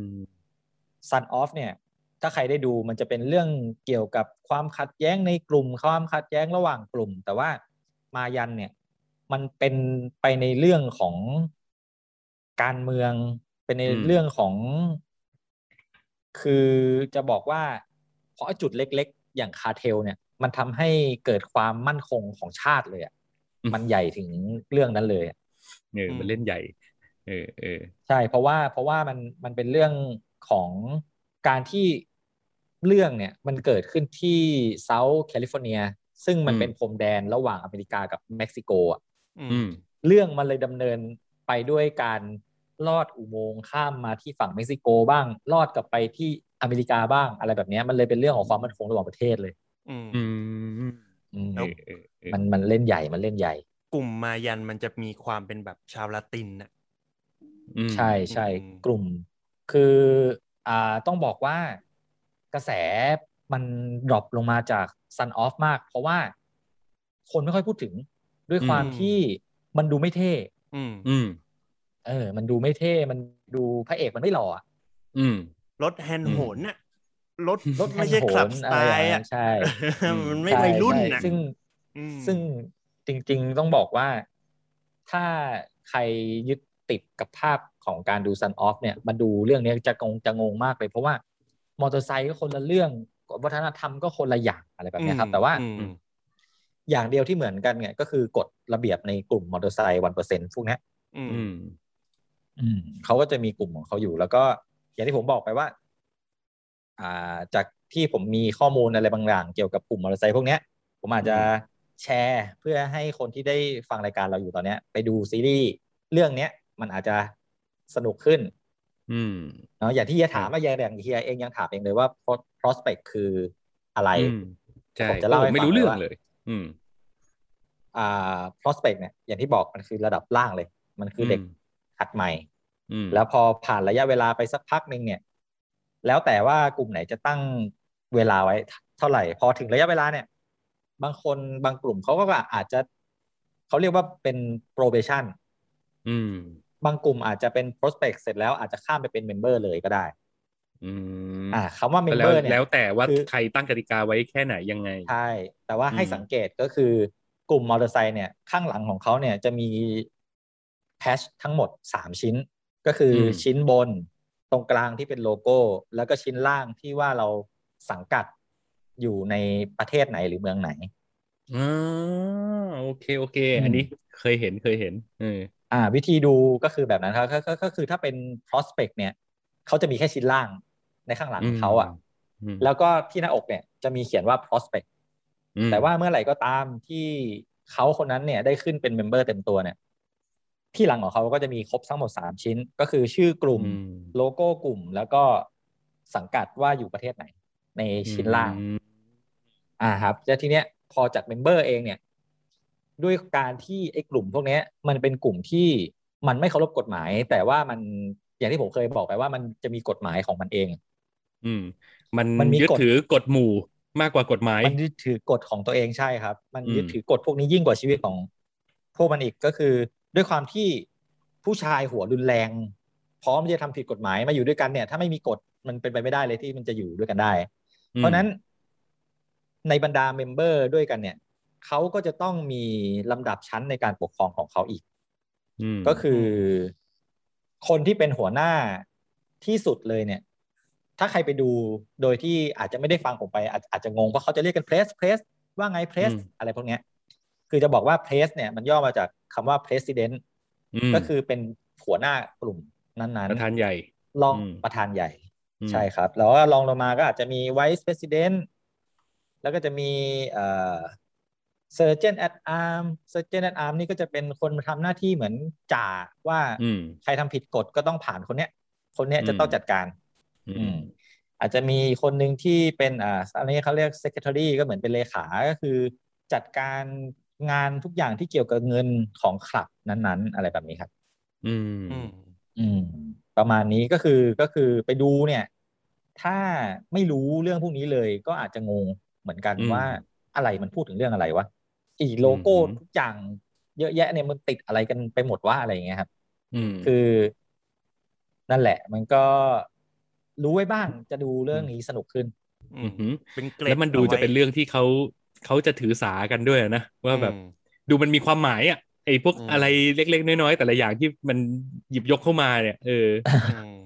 Son of เนี่ยถ้าใครได้ดูมันจะเป็นเรื่องเกี่ยวกับความขัดแย้งในกลุ่มความขัดแย้งระหว่างกลุ่มแต่ว่ามายันเนี่ยมันเป็นไปในเรื่องของการเมืองเป็นในเรื่องของคือจะบอกว่าเพราะจุดเล็กๆอย่างคาร์เทลเนี่ยมันทำให้เกิดความมั่นคงของชาติเลยอ่ะมันใหญ่ถึงเรื่องนั้นเลยเออมันเล่นใหญ่เออเออใช่เพราะว่าเพราะว่ามันมันเป็นเรื่องของการที่เรื่องเนี่ยมันเกิดขึ้นที่เซาท์แคลิฟอร์เนียซึ่งมันเป็นพรมแดนระหว่างอเมริกากับเม็กซิโกอ่ะเรื่องมันเลยดำเนินไปด้วยการลอดอุโมงค์ข้ามมาที่ฝั่งเม็กซิโกบ้างลอดกลับไปที่อเมริกาบ้างอะไรแบบนี้มันเลยเป็นเรื่องของความมั่นคงระหว่างประเทศเลยอืมอืมมันมันเล่นใหญ่มันเล่นใหญ่กลุ่มมายันมันจะมีความเป็นแบบชาวละตินน่ะใช่ใช่กลุ่มคืออ่าต้องบอกว่ากระแสมันดรอปลงมาจาก Sun Off มากเพราะว่าคนไม่ค่อยพูดถึงด้วยความที่มันดูไม่เท่อืมอืมเออมันดูไม่เท่มันดูพระเอกมันไม่หล่ออ่ะอืมรถแฮนด์โหนน่ะรถรถไม่ใช่คลับสไตล์อ่ะใช่มันไม่วัยรุ่นน่ะซึ่งซึ่งจริงๆต้องบอกว่าถ้าใครยึดติดกับภาพของการดู Sun Off เนี่ยมาดูเรื่องนี้จะงงจะงงมากเลยเพราะว่ามอเตอร์ไซค์ก็คนละเรื่องวัฒนธรรมก็คนละอย่างอะไรแบบนี้ครับแต่ว่าอย่างเดียวที่เหมือนกันเนี่ยก็คือกฎระเบียบในกลุ่มมอเตอร์ไซค์ วันเปอร์เซ็นต์ พวกนี้อืมอืมเขาก็จะมีกลุ่มของเขาอยู่แล้วก็อย่างที่ผมบอกไปว่าอ่าจากที่ผมมีข้อมูลอะไรบางอย่างเกี่ยวกับกลุ่มมอเตอร์ไซค์พวกนี้ผมอาจจะแชร์เพื่อให้คนที่ได้ฟังรายการเราอยู่ตอนนี้ไปดูซีรีส์เรื่องนี้มันอาจจะสนุกขึ้นอืมเนาะอย่างที่เฮียถามว่าอย่างเฮียเองยังถามเองเลยว่า prospect คืออะไรผมจะเล่าให้ฟังไม่รู้เรื่องเลยอืมอ่า prospect เนี่ยอย่างที่บอกมันคือระดับล่างเลยมันคือเด็กหัดใหม่แล้วพอผ่านระยะเวลาไปสักพักนึงเนี่ยแล้วแต่ว่ากลุ่มไหนจะตั้งเวลาไว้เท่าไหร่พอถึงระยะเวลาเนี่ยบางคนบางกลุ่มเขาก็อาจจะเขาเรียกว่าเป็น probation อืมบางกลุ่มอาจจะเป็น prospect เสร็จแล้วอาจจะข้ามไปเป็น member เลยก็ได้อืมอ่าคำว่า member เนี่ยแล้วแต่ว่าใครตั้งกติกาไว้แค่ไหนยังไงใช่แต่ว่าให้สังเกตก็คือกลุ่มมอเตอร์ไซค์เนี่ยข้างหลังของเขาเนี่ยจะมีแพชทั้งหมดสามชิ้นก็คือชิ้นบนตรงกลางที่เป็นโลโก้แล้วก็ชิ้นล่างที่ว่าเราสังกัดอยู่ในประเทศไหนหรือเมืองไหนอ่าโอเคโอเคอันนี้เคยเห็นเคยเห็นเอออ่าวิธีดูก็คือแบบนั้นครับก็ก็คือถ้าเป็น prospect เนี่ยเขาจะมีแค่ชิ้นล่างในข้างหลังเขาอ่ะแล้วก็ที่หน้าอกเนี่ยจะมีเขียนว่า prospect แต่ว่าเมื่อไหร่ก็ตามที่เขาคนนั้นเนี่ยได้ขึ้นเป็นเมมเบอร์เต็มตัวเนี่ยที่หลังของเขาก็จะมีครบทั้งหมดสามชิ้นก็คือชื่อกลุ่มโลโก้กลุ่มแล้วก็สังกัดว่าอยู่ประเทศไหนในชิ้นล่างอ่าครับแล้วทีเนี้ยพอจากเมมเบอร์เองเนี่ยด้วยการที่ไอ้กลุ่มพวกนี้มันเป็นกลุ่มที่มันไม่เคารพกฎหมายแต่ว่ามันอย่างที่ผมเคยบอกไปว่ามันจะมีกฎหมายของมันเองอืมมันมันยึดถือกฎหมู่มากกว่ากฎหมายมันยึดถือกฎของตัวเองใช่ครับมันยึดถือกฎพวกนี้ยิ่งกว่าชีวิตของพวกมันอีกก็คือด้วยความที่ผู้ชายหัวรุนแรงพร้อมจะทำผิดกฎหมายมาอยู่ด้วยกันเนี่ยถ้าไม่มีกฎมันเป็นไปไม่ได้เลยที่มันจะอยู่ด้วยกันได้เพราะนั้นในบรรดาเมมเบอร์ด้วยกันเนี่ยเขาก็จะต้องมีลำดับชั้นในการปกครองของเขาอีกก็คือคนที่เป็นหัวหน้าที่สุดเลยเนี่ยถ้าใครไปดูโดยที่อาจจะไม่ได้ฟังผมไปอาจอาจจะงงเพราะเขาจะเรียกกันเพรสเพรสว่าไงเพรสอะไรพวกนี้คือจะบอกว่าเพรสเนี่ยมันย่อมาจากคำว่า president ก็คือเป็นหัวหน้ากลุ่มนั้นๆประธานใหญ่รองประธานใหญ่ใช่ครับแล้วก็รองลงมาก็อาจจะมี vice president แล้วก็จะมีเอ่อ surgeon at arm surgeon at arm นี่ก็จะเป็นคนทำหน้าที่เหมือนจ่าว่าใครทำผิดกฎก็ต้องผ่านคนเนี้ยคนเนี้ยจะต้องจัดการอาจจะมีคนหนึ่งที่เป็นอ่าอันนี้เขาเรียก secretary ก็เหมือนเป็นเลขาก็คือจัดการงานทุกอย่างที่เกี่ยวกับเงินของคลับนั้นๆอะไรแบบนี้ครับอืมอืมประมาณนี้ก็คือก็คือไปดูเนี่ยถ้าไม่รู้เรื่องพวกนี้เลยก็อาจจะงงเหมือนกันว่าอะไรมันพูดถึงเรื่องอะไรวะอีโลโก้ทุกอย่างเยอะแยะเนี่ยมันติดอะไรกันไปหมดว่าอะไรอย่างเงี้ยครับคือนั่นแหละมันก็รู้ไว้บ้างจะดูเรื่องนี้สนุกขึ้นแล้วมันดูจะเป็นเรื่องที่เขาเขาจะถือสากันด้วยนะว่าแบบดูมันมีความหมายอ่ะไอ้พวกอะไรเล็กๆน้อยๆแต่ละอย่างที่มันหยิบยกเข้ามาเนี่ยเออ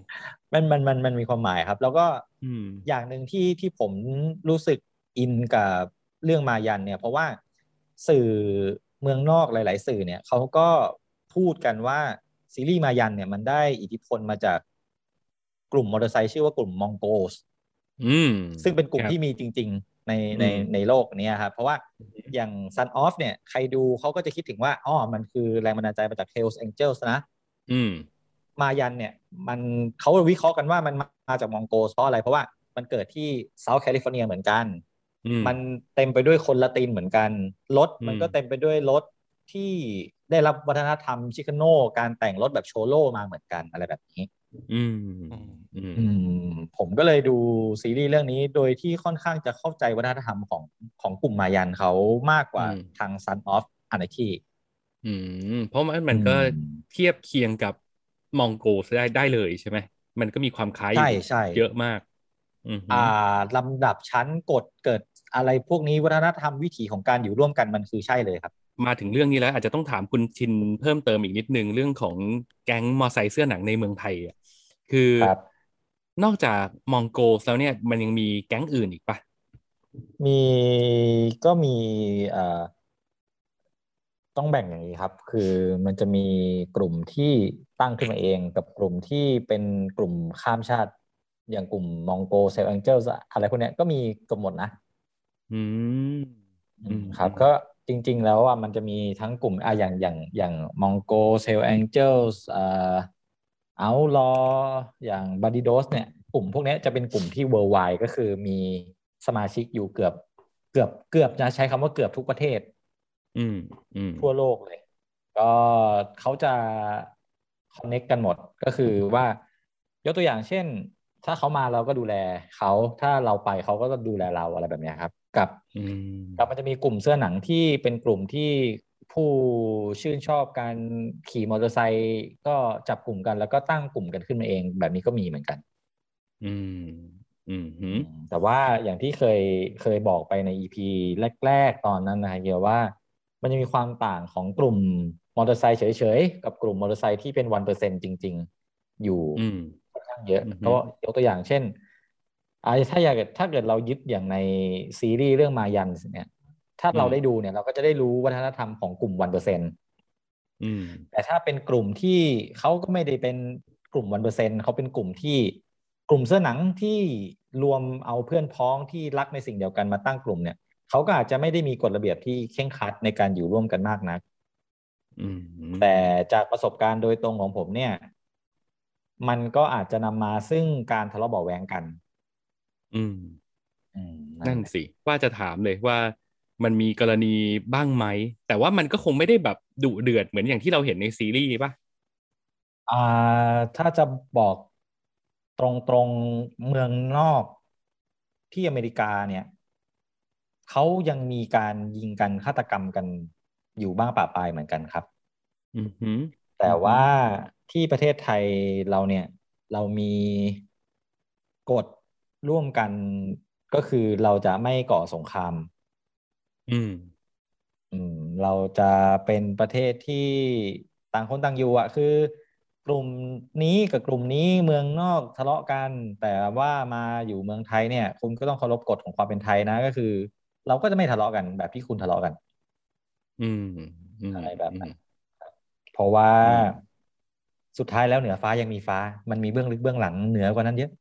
มันมันมันมันมีความหมายครับแล้วก็อย่างหนึ่งที่ที่ผมรู้สึกอินกับเรื่องมายันเนี่ยเพราะว่าสื่อเมืองนอกหลายๆสื่อเนี่ยเขาก็พูดกันว่าซีรีส์มายันเนี่ยมันได้อิทธิพลมาจากกลุ่มมอเตอร์ไซค์ชื่อว่ากลุ่มมองโกสซึ่งเป็นกลุ่มที่มีจริงๆในในในโลกนี้ครับเพราะว่าอย่าง Son of เนี่ยใครดูเขาก็จะคิดถึงว่าอ๋อมันคือแรงบันดาลใจมาจาก Hells Angels นะมายันเนี่ยมันเขาวิเคราะห์กันว่ามันมาจากมองโกสเพราะอะไรเพราะว่ามันเกิดที่เซาท์แคลิฟอร์เนียเหมือนกันมันเต็มไปด้วยคนละตินเหมือนกันรถมันก็เต็มไปด้วยรถที่ได้รับวัฒนธรรมชิคาโนการแต่งรถแบบโชโลมาเหมือนกันอะไรแบบนี้อืมอืมผมก็เลยดูซีรีส์เรื่องนี้โดยที่ค่อนข้างจะเข้าใจวัฒนธรรมของของกลุ่มมายันเขามากกว่าทาง Son of Anarchy อืมเพราะมันมันก็เทียบเคียงกับมองโกได้ได้เลยใช่ไหมมันก็มีความคล้ายเยอะมากอ่าลำดับชั้นกฎเกิดอะไรพวกนี้วัฒนธรรมวิถีของการอยู่ร่วมกันมันคือใช่เลยครับมาถึงเรื่องนี้แล้วอาจจะต้องถามคุณชินเพิ่มเติมอีกนิดนึงเรื่องของแก๊งมอไซค์เสื้อหนังในเมืองไทยอ่ะคือนอกจากมองโกแล้วเนี่ยมันยังมีแก๊งอื่นอีกปะมีก็มีเอ่อต้องแบ่งอย่างนี้ครับคือมันจะมีกลุ่มที่ตั้งขึ้นมาเองกับกลุ่มที่เป็นกลุ่มข้ามชาติอย่างกลุ่มมองโกเซลแองเจิลอะไรพวกนี้ก็มีกำหนดนะอืมอืมครับก็จริงๆแล้วอ่ะมันจะมีทั้งกลุ่มอ่ะอย่างอย่างอย่างมองโกเซลแองเจิลเอ่อเอาลออย่างบาดิโดสเนี่ยกลุ่มพวกนี้จะเป็นกลุ่มที่ worldwide ก็คือมีสมาชิกอยู่เกือบเกือบเกือบจะใช้คำว่าเกือบทุกประเทศอืมอืมทั่วโลกเลยก็เขาจะคอนเน็กกันหมดก็คือว่ายกตัวอย่างเช่นถ้าเขามาเราก็ดูแลเขาถ้าเราไปเขาก็จะดูแลเราอะไรแบบนี้ครับกับกับมันจะมีกลุ่มเสื้อหนังที่เป็นกลุ่มที่ผู้ชื่นชอบการขี่มอเตอร์ไซค์ก็จับกลุ่มกันแล้วก็ตั้งกลุ่มกันขึ้นมาเองแบบนี้ก็มีเหมือนกันอืมอืมแต่ว่าอย่างที่เคยเคยบอกไปใน อี พี แรกๆตอนนั้นนะเกี่ยวว่ามันจะมีความต่างของกลุ่มมอเตอร์ไซค์เฉยๆกับกลุ่มมอเตอร์ไซค์ที่เป็นวันเปอร์เซ็นต์จริงๆอยู่ค่อนข้างเยอะเพราะยกตัวอย่างเช่นอาถ้าอยากถ้าเกิดเรายึดอย่างในซีรีส์เรื่องมายันเนี่ยถ้าเราได้ดูเนี่ยเราก็จะได้รู้วัฒนธรรมของกลุ่มวันเปอร์เซ็นต์แต่ถ้าเป็นกลุ่มที่เขาก็ไม่ได้เป็นกลุ่มวันเปอร์เซ็นต์เขาเป็นกลุ่มที่กลุ่มเสื้อหนังที่รวมเอาเพื่อนพ้องที่รักในสิ่งเดียวกันมาตั้งกลุ่มเนี่ยเขาก็อาจจะไม่ได้มีกฎระเบียบที่เคร่งครัดในการอยู่ร่วมกันมากนักแต่จากประสบการณ์โดยตรงของผมเนี่ยมันก็อาจจะนำมาซึ่งการทะเลาะเบาะแว้งกันอืมนั่นสิว่าจะถามเลยว่ามันมีกรณีบ้างไหมแต่ว่ามันก็คงไม่ได้แบบดุเดือดเหมือนอย่างที่เราเห็นในซีรีส์ป่ะอ่าถ้าจะบอกตรงๆเมืองนอกที่อเมริกาเนี่ยเขายังมีการยิงกันฆาตกรรมกันอยู่บ้างปะปายเหมือนกันครับอือหือแต่ว่าที่ประเทศไทยเราเนี่ยเรามีกฎร่วมกันก็คือเราจะไม่ก่อสงครามอืมอืมเราจะเป็นประเทศที่ต่างคนต่างอยู่อ่ะคือกลุ่มนี้กับกลุ่มนี้เมืองนอกทะเลาะกันแต่ว่ามาอยู่เมืองไทยเนี่ยคุณก็ต้องเคารพกฎของความเป็นไทยนะก็คือเราก็จะไม่ทะเลาะกันแบบที่คุณทะเลาะกันอืมอะไรแบบนั้นเพราะว่าสุดท้ายแล้วเหนือฟ้ายังมีฟ้ามันมีเบื้องลึกเบื้องหลังเหนือกว่านั้นเยอะ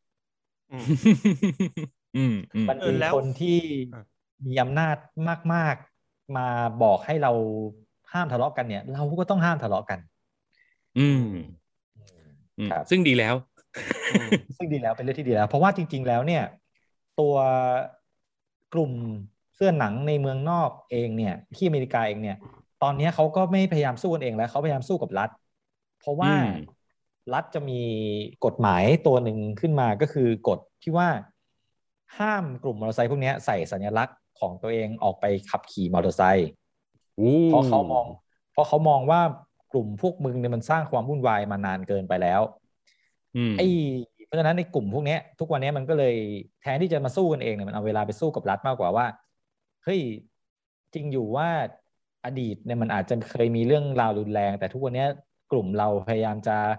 มันมีคนที่มีอำนาจมากๆมาบอกให้เราห้ามทะเลาะกันเนี่ยเราก็ต้องห้ามทะเลาะกันอืมครับซึ่งดีแล้วซึ่งดีแล้วเป็นเรื่องที่ดีแล้วเพราะว่าจริงๆแล้วเนี่ยตัวกลุ่มเสื้อหนังในเมืองนอกเองเนี่ยที่อเมริกาเองเนี่ยตอนนี้เขาก็ไม่พยายามสู้กันเองแล้วเขาพยายามสู้กับรัฐเพราะว่ารัฐจะมีกฎหมายตัวหนึ่งขึ้นมาก็คือกฎที่ว่าห้ามกลุ่มมอเตอร์ไซค์พวกนี้ใส่สัญลักษณ์ของตัวเองออกไปขับขี่มอเตอร์ไซค์เพราะเขามองเพราะเขามองว่ากลุ่มพวกมึงเนี่ยมันสร้างความวุ่นวายมานานเกินไปแล้วไอ้เพราะฉะนั้นในกลุ่มพวกนี้ทุกวันนี้มันก็เลยแทนที่จะมาสู้กันเองเนี่ยมันเอาเวลาไปสู้กับรัฐมากกว่าว่าเฮ้ยจริงอยู่ว่าอดีตเนี่ยมันอาจจะเคยมีเรื่องราวรุนแรงแต่ทุกวันนี้กลุ่มเราพยายามจะ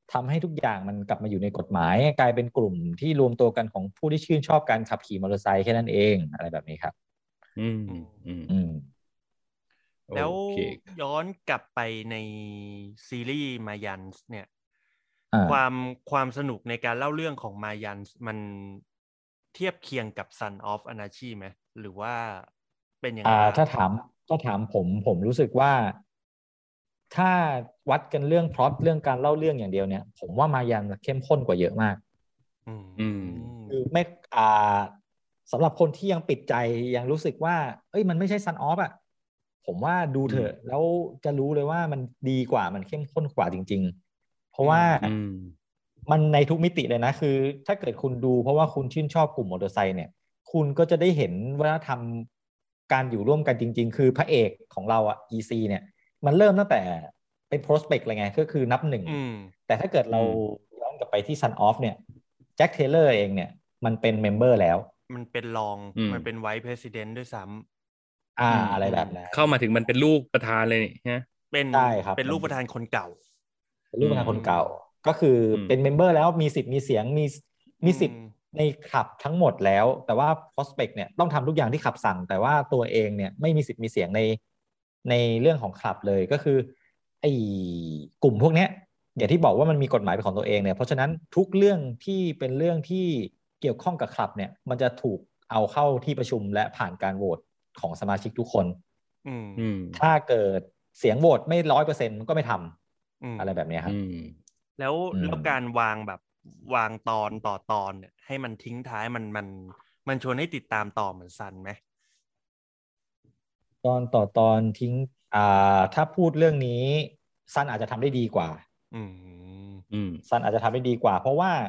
ทำให้ทุกอย่างมันกลับมาอยู่ในกฎหมายกลายเป็นกลุ่มที่รวมตัวกันของผู้ที่ชื่นชอบการขับขี่มอเตอร์ไซค์แค่นั้นเองอะไรแบบนี้ครับอืมอืมอืมแล้วย้อนกลับไปในซีรีส์มายันส์เนี่ยความความสนุกในการเล่าเรื่องของมายันส์มันเทียบเคียงกับ Son of Anarchy ไหมหรือว่าเป็นยังไงบ้างถ้าถามถ้าถามผมผมรู้สึกว่าถ้าวัดกันเรื่องพล็อตเรื่องการเล่าเรื่องอย่างเดียวเนี่ยผมว่ามายันเข้มข้นกว่าเยอะมากอืมคือไม่อ่าสำหรับคนที่ยังปิดใจยังรู้สึกว่าเอ้ยมันไม่ใช่ Son of อ่ะผมว่าดูเถอะแล้วจะรู้เลยว่ามันดีกว่ามันเข้มข้นกว่าจริงๆเพราะว่ามันในทุกมิติเลยนะคือถ้าเกิดคุณดูเพราะว่าคุณชื่นชอบกลุ่มมอเตอร์ไซค์เนี่ยคุณก็จะได้เห็นวัฒนธรรมการอยู่ร่วมกันจริงๆคือพระเอกของเราอ่ะ อี ซี เนี่ยมันเริ่มตั้งแต่เป็น prospect เลยไงก็คือนับหนึ่งแต่ถ้าเกิดเราย้อนกลับไปที่ Son of เนี่ยแจ็คเทเลอร์เองเนี่ยมันเป็นเมมเบอร์แล้วมันเป็นรองมันเป็นไวซ์เพรสิดเนนต์ด้วยซ้ำอ่าอะไรแบบนั้นเข้ามาถึงมันเป็นลูกประธานเลยนี่ฮะเป็นใช่ครับเป็นลูกประธานคนเก่าเป็นลูกประธานคนเก่าก็คือเป็นเมมเบอร์แล้วมีสิทธิ์มีเสียงมีมีสิทธิ์ในคลับทั้งหมดแล้วแต่ว่า prospect เนี่ยต้องทำทุกอย่างที่คลับสั่งแต่ว่าตัวเองเนี่ยไม่มีสิทธิ์มีเสียงในในเรื่องของคลับเลยก็คือไอ้กลุ่มพวกเนี้ยอย่างที่บอกว่ามันมีกฎหมายเป็นของตัวเองเนี่ยเพราะฉะนั้นทุกเรื่องที่เป็นเรื่องที่เกี่ยวข้องกับคลับเนี่ยมันจะถูกเอาเข้าที่ประชุมและผ่านการโหวตของสมาชิกทุกคนถ้าเกิดเสียงโหวตไม่ร้อยเปอร์เซ็นต์ก็ไม่ทำอะไรแบบนี้ครับแล้วแล้วการวางแบบวางตอนต่อตอนเนี่ยให้มันทิ้งท้ายมันมันมันชวนให้ติดตามต่อเหมือนซันไหมตอนต่อตอนทิ้งอ่าถ้าพูดเรื่องนี้ซันอาจจะทำได้ดีกว่าอืมอืมซันอาจจะทำได้ดีกว่าเพราะว่า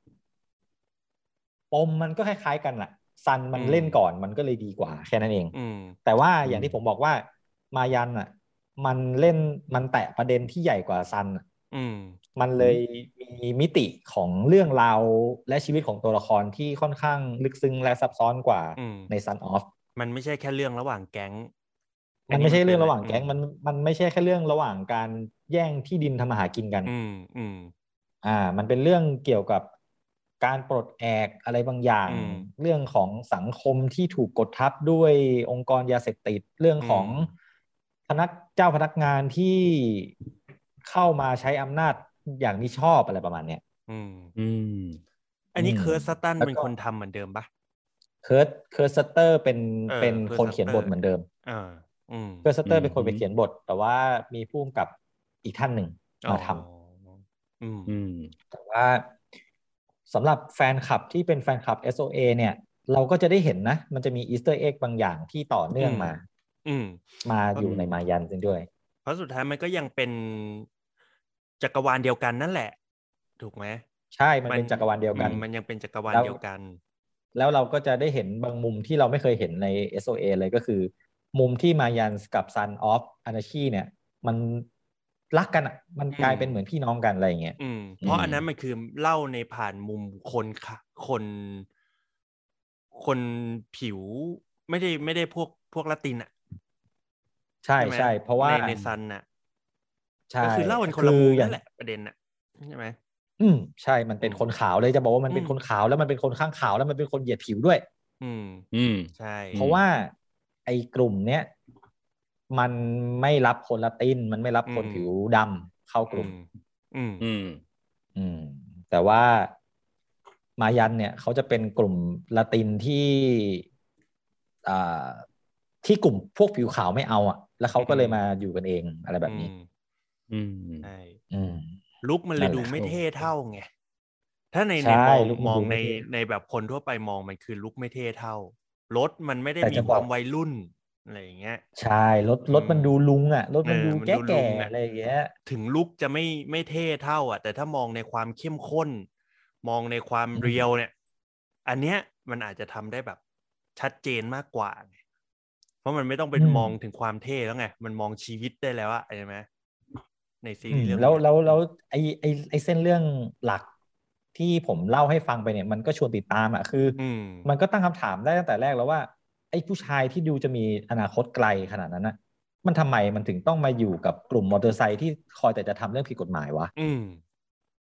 ปมมันก็คล้ายๆกันแหละซันมันเล่นก่อนมันก็เลยดีกว่าแค่นั้นเองแต่ว่าอย่างที่ผมบอกว่ามายันอ่ะมันเล่นมันแตะประเด็นที่ใหญ่กว่าซันมันเลยมีมิติของเรื่องราวและชีวิตของตัวละครที่ค่อนข้างลึกซึ้งและซับซ้อนกว่าใน Son of มันไม่ใช่แค่เรื่องระหว่างแก๊งมันไม่ใช่เรื่องระหว่างแก๊งมันมันไม่ใช่แค่เรื่องระหว่างการแย่งที่ดินทำมาหากินกันอืมอืมอ่ามันเป็นเรื่องเกี่ยวกับการปลดแอกอะไรบางอย่างเรื่องของสังคมที่ถูกกดทับด้วยองค์กรยาเสพติดเรื่องของพนักเจ้าพนักงานที่เข้ามาใช้อำนาจอย่างที่ชอบอะไรประมาณเนี้ยอืมอืมอันนี้เคิร์สตันเป็นคนทำเหมือนเดิมปะเคิร์สเคิร์สเตอร์เป็นเป็นคนเขียนบทเหมือนเดิมอ่าเคิร์สเตอร์เป็นคนไปเขียนบทแต่ว่ามีผู้กำกับอีกท่านหนึ่งมาทำแต่ว่าสำหรับแฟนคลับที่เป็นแฟนคลับ เอส โอ เอ เนี่ยเราก็จะได้เห็นนะมันจะมีอีสเตอร์เอ็กบางอย่างที่ต่อเนื่องมามาอยู่ในมายันจริงด้วยเพราะสุดท้ายมันก็ยังเป็นจักรวาลเดียวกันนั่นแหละถูกไหมใช่มันเป็นจักรวาลเดียวกันมันยังเป็นจักรวาลเดียวกันแล้วเราก็จะได้เห็นบางมุมที่เราไม่เคยเห็นใน เอส โอ เอ เลยก็คือมุมที่มายันกับ Son of Anarchy เนี่ยมันรักกันอ่ะมันกลายเป็นเหมือนพี่น้องกันอะไรอย่างเงี้ยเพราะอันนั้นมันคือเล่าในผ่านมุมคนค่ะคนคนผิวไม่ได้ไม่ได้พวกพวกละตินอ่ะใช่ใช่เพราะว่าในในซันน่ะก็คือเล่าเป็นคนละมุมนั่นแหละประเด็นน่ะใช่ไหมอืมใช่มันเป็นคนขาวเลยจะบอกว่ามันเป็นคนขาวแล้วมันเป็นคนข้างขาวแล้วมันเป็นคนเหยียดผิวด้วยอืมอืมใช่เพราะว่าไอ้กลุ่มเนี้ยมันไม่รับคนละตินมันไม่รับคนผิวดำเข้ากลุ่มอืมอืมอืมแต่ว่ามายันเนี่ยเขาจะเป็นกลุ่มละตินที่อ่าที่กลุ่มพวกผิวขาวไม่เอาอ่ะแล้วเขาก็เลยมาอยู่กันเองอะไรแบบนี้อืมใช่อืมลุกมันเลยดูไม่เท่เท่าไงถ้าในในมองมองในในแบบคนทั่วไปมองมันคือลุกไม่เท่เท่ารถมันไม่ได้มีความวัยรุ่นอะไรอย่างเงี้ยใช่รถรถมันดูลุงอ่ะรถมันดูแก่แก่อะไรอย่างเงี้ยถึงลุกจะไม่ไม่เท่เท่าอ่ะแต่ถ้ามองในความเข้มข้นมองในความเรียวเนี่ยอันเนี้ยมันอาจจะทำได้แบบชัดเจนมากกว่าเพราะมันไม่ต้องเป็นมองถึงความเท่แล้วไงมันมองชีวิตได้แล้วอะใช่ไหมในซีรีส์เรื่องแล้วแล้วแล้วไอไอไอเส้นเรื่องหลักที่ผมเล่าให้ฟังไปเนี่ยมันก็ชวนติดตามอ่ะคือมันก็ตั้งคำถามได้ตั้งแต่แรกแล้วว่าไอ้ผู้ชายที่ดูจะมีอนาคตไกลขนาดนั้นนะมันทำไมมันถึงต้องมาอยู่กับกลุ่มมอเตอร์ไซค์ที่คอยแต่จะทำเรื่องผิดกฎหมายวะ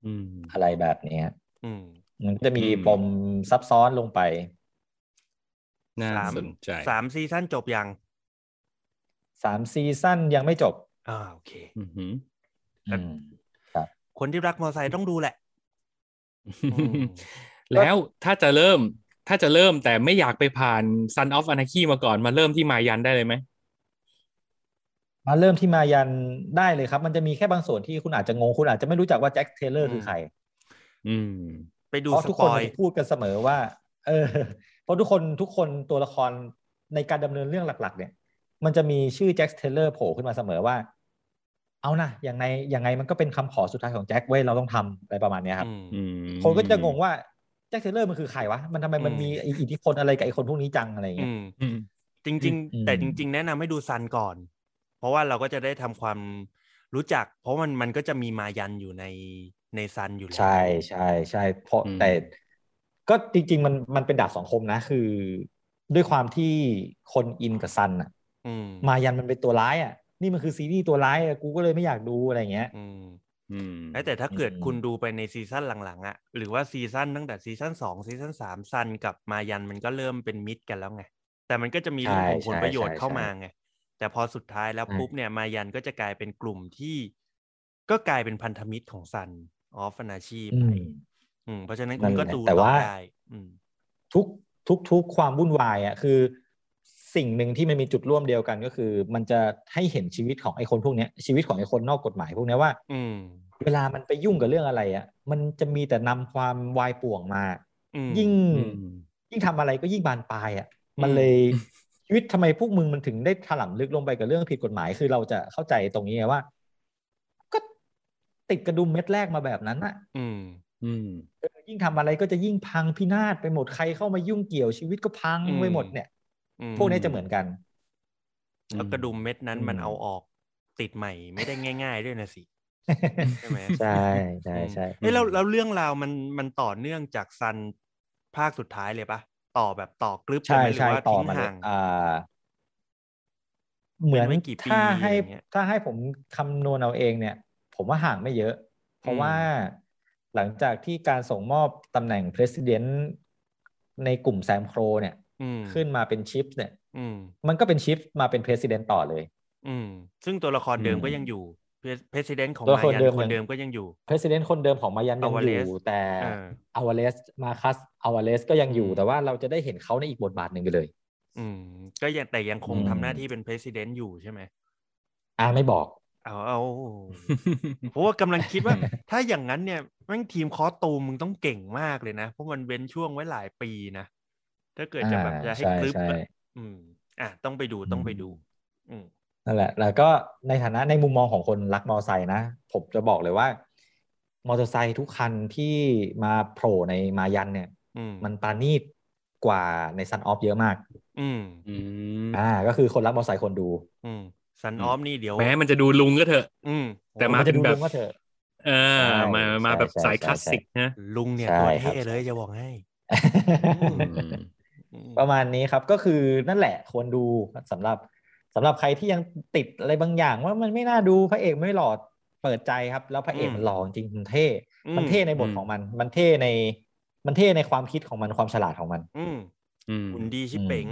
อะไรแบบนี้มันจะมีปมซับซ้อนลงไปน่าสนใจสามซีซั่นจบยังสามซีซั่นยังไม่จบอ่าโอเคอืมครับคนที่รักมอไซค์ต้องดูแหละแล้วถ้าจะเริ่มถ้าจะเริ่มแต่ไม่อยากไปผ่าน Son of Anarchy มาก่อนมาเริ่มที่มายันได้เลยไหมมาเริ่มที่มายันได้เลยครับมันจะมีแค่บางส่วนที่คุณอาจจะงงคุณอาจจะไม่รู้จักว่าแจ็คเทเลอร์คือใครอืมไปดูเพราะทุกคนจะพูดกันเสมอว่าเออเพราะทุกคนทุกคนตัวละครในการดำเนินเรื่องหลักๆเนี่ยมันจะมีชื่อแจ็คเทเลอร์โผล่ขึ้นมาเสมอว่าเอานะอย่างไงยังไงมันก็เป็นคำขอสุดท้ายของแจ็คเว้ยเราต้องทำอะไรประมาณนี้ครับคนก็จะงงว่าแจ็คเทเลอร์มันคือใครวะมันทำไมมันมีอิทธิพลอะไรกับไอ้คนพวกนี้จังอะไรเงี้ยจริงๆแต่จริงๆแนะนำให้ดูซันก่อนเพราะว่าเราก็จะได้ทำความรู้จักเพราะมันมันก็จะมีมายันอยู่ในในซันอยู่แล้วใช่ใช่ใช่เพราะแต่ก็จริงๆมันมันเป็นดาบสองคมนะคือด้วยความที่คนอินกับซันอ่ะมายันมันเป็นตัวร้ายอ่ะนี่มันคือซีรีส์ตัวร้ายอ่ะกูก็เลยไม่อยากดูอะไรเงี้ยแต่ถ้าเกิดคุณดูไปในซีซั่นหลังๆอ่ะหรือว่าซีซั่นตั้งแต่ซีซั่นสองซีซั่นสามซันกับมายันมันก็เริ่มเป็นมิตรกันแล้วไงแต่มันก็จะมีเรื่องของผลประโยชน์เข้ามาไงแต่พอสุดท้ายแล้วปุ๊บเนี่ยมายันก็จะกลายเป็นกลุ่มที่ก็กลายเป็นพันธมิตรของซันออฟนาชีไปเพราะฉะนั้นคุณก็ดูต่อได้ทุกทุกทุกความวุ่นวายอ่ะคือสิ่งหนึ่งที่มันมีจุดร่วมเดียวกันก็คือมันจะให้เห็นชีวิตของไอ้คนพวกนี้ชีวิตของไอ้คนนอกกฎหมายพวกนี้ว่าเวลามันไปยุ่งกับเรื่องอะไรอ่ะมันจะมีแต่นำความวายป่วงมายิ่งยิ่งทำอะไรก็ยิ่งบานปลายอ่ะมันเลยชีวิตทำไมพวกมึงมันถึงได้ถลำลึกลงไปกับเรื่องผิดกฎหมายคือเราจะเข้าใจตรงนี้ว่าก็ติดกระดุมเม็ดแรกมาแบบนั้นอ่ะยิ่งทำอะไรก็จะยิ่งพังพินาศไปหมดใครเข้ามายุ่งเกี่ยวชีวิตก็พังไปหมดเนี่ยพวกนี้จะเหมือนกันแล้วกระดุมเม็ดนั้นมันเอาออกติดใหม่ไม่ได้ง่ายๆด้วยนะสิใช่ไหมใช่ใช่ใช่เฮ้ยแล้วแล้วเรื่องราวมันมันต่อเนื่องจากซันภาคสุดท้ายเลยปะต่อแบบต่อกรึบใช่ใช่ต่อมาเลยอ่าเหมือนถ้าให้ถ้าให้ผมคำนวณเอาเองเนี่ยผมว่าห่างไม่เยอะเพราะว่าหลังจากที่การส่งมอบตำแหน่ง President ในกลุ่มแซมโครเนี่ยขึ้นมาเป็นชิฟเนี่ยมันก็เป็นชิฟมาเป็น President ต่อเลยซึ่งตัวละครเดิมก็ยังอยู่ President ของมายันคนเดิมก็ยังอยู่ President คนเดิมของมายันยังอยู่แต่อาวาเลสมาคัสอาวาเลสก็ยังอยู่แต่ว่าเราจะได้เห็นเขาในอีกบทบาทหนึ่งไปเลยอืมก็ยังแต่ยังคงทำหน้าที่เป็น President อยู่ใช่ไหมอ่าไม่บอกเอาเอาเพราะว่ากำลังคิดว่าถ้าอย่างนั้นเนี่ยแม่งทีมคอสตูมมึงต้องเก่งมากเลยนะเพราะมันเว้นช่วงไว้หลายปีนะถ้าเกิดจะแบบจะให้กรึ๊บอ่ะอืมอ่ะต้องไปดูต้องไปดูอืมนั่นแหละแล้วก็ในฐานะในมุมมองของคนรักมอเตอร์ไซค์นะผมจะบอกเลยว่ามอเตอร์ไซค์ทุกคันที่มาโผล่ในมายันเนี่ยมันปราณีตกว่าในซันออฟเยอะมากอืมอ่าก็คือคนรักมอเตอร์ไซค์คนดูอืมซันออฟนี่เดี๋ยวแม้มันจะดูลุงก็เถอะอืมแต่มาเป็นแบบก็เถอะเออมามาแบบสายคลาสสิกนะลุงเนี่ยตัวเท่เลยจะบอกให้ประมาณนี้ครับก็คือนั่นแหละควรดูสำหรับสำหรับใครที่ยังติดอะไรบางอย่างว่ามันไม่น่าดูพระเอกไม่หล่อเปิดใจครับแล้วพระเอกมันหล่อจริงมันเท่มันเท่ในบทของมันมันเท่ในมันเท่ในความคิดของมันความฉลาดของมันอืมหุ่นดีชิบเป๋ง